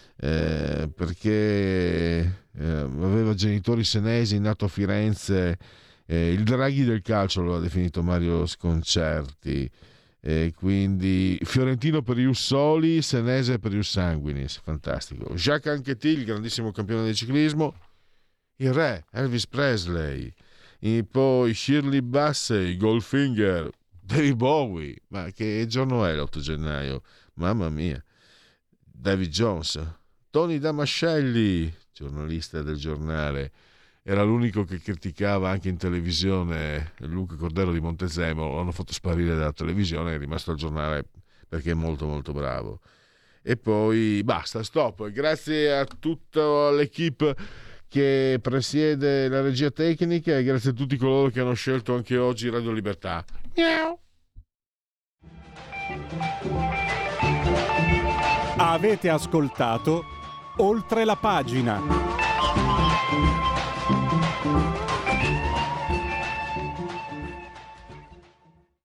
perché aveva genitori senesi, nato a Firenze. Il Draghi del calcio lo ha definito Mario Sconcerti, quindi fiorentino per ius soli, senese per ius sanguinis, fantastico. Jacques Anquetil, il grandissimo campione del ciclismo, il re Elvis Presley, e poi Shirley Bassey, Goldfinger, David Bowie, ma che giorno è l'8 gennaio? Mamma mia. David Jones, Tony Damascelli, giornalista del giornale, era l'unico che criticava anche in televisione Luca Cordero di Montezemolo, l'hanno fatto sparire dalla televisione, è rimasto al giornale perché è molto molto bravo. E poi basta, stop. Grazie a tutta l'equipe che presiede la regia tecnica e grazie a tutti coloro che hanno scelto anche oggi Radio Libertà. Miau. Avete ascoltato Oltre la pagina.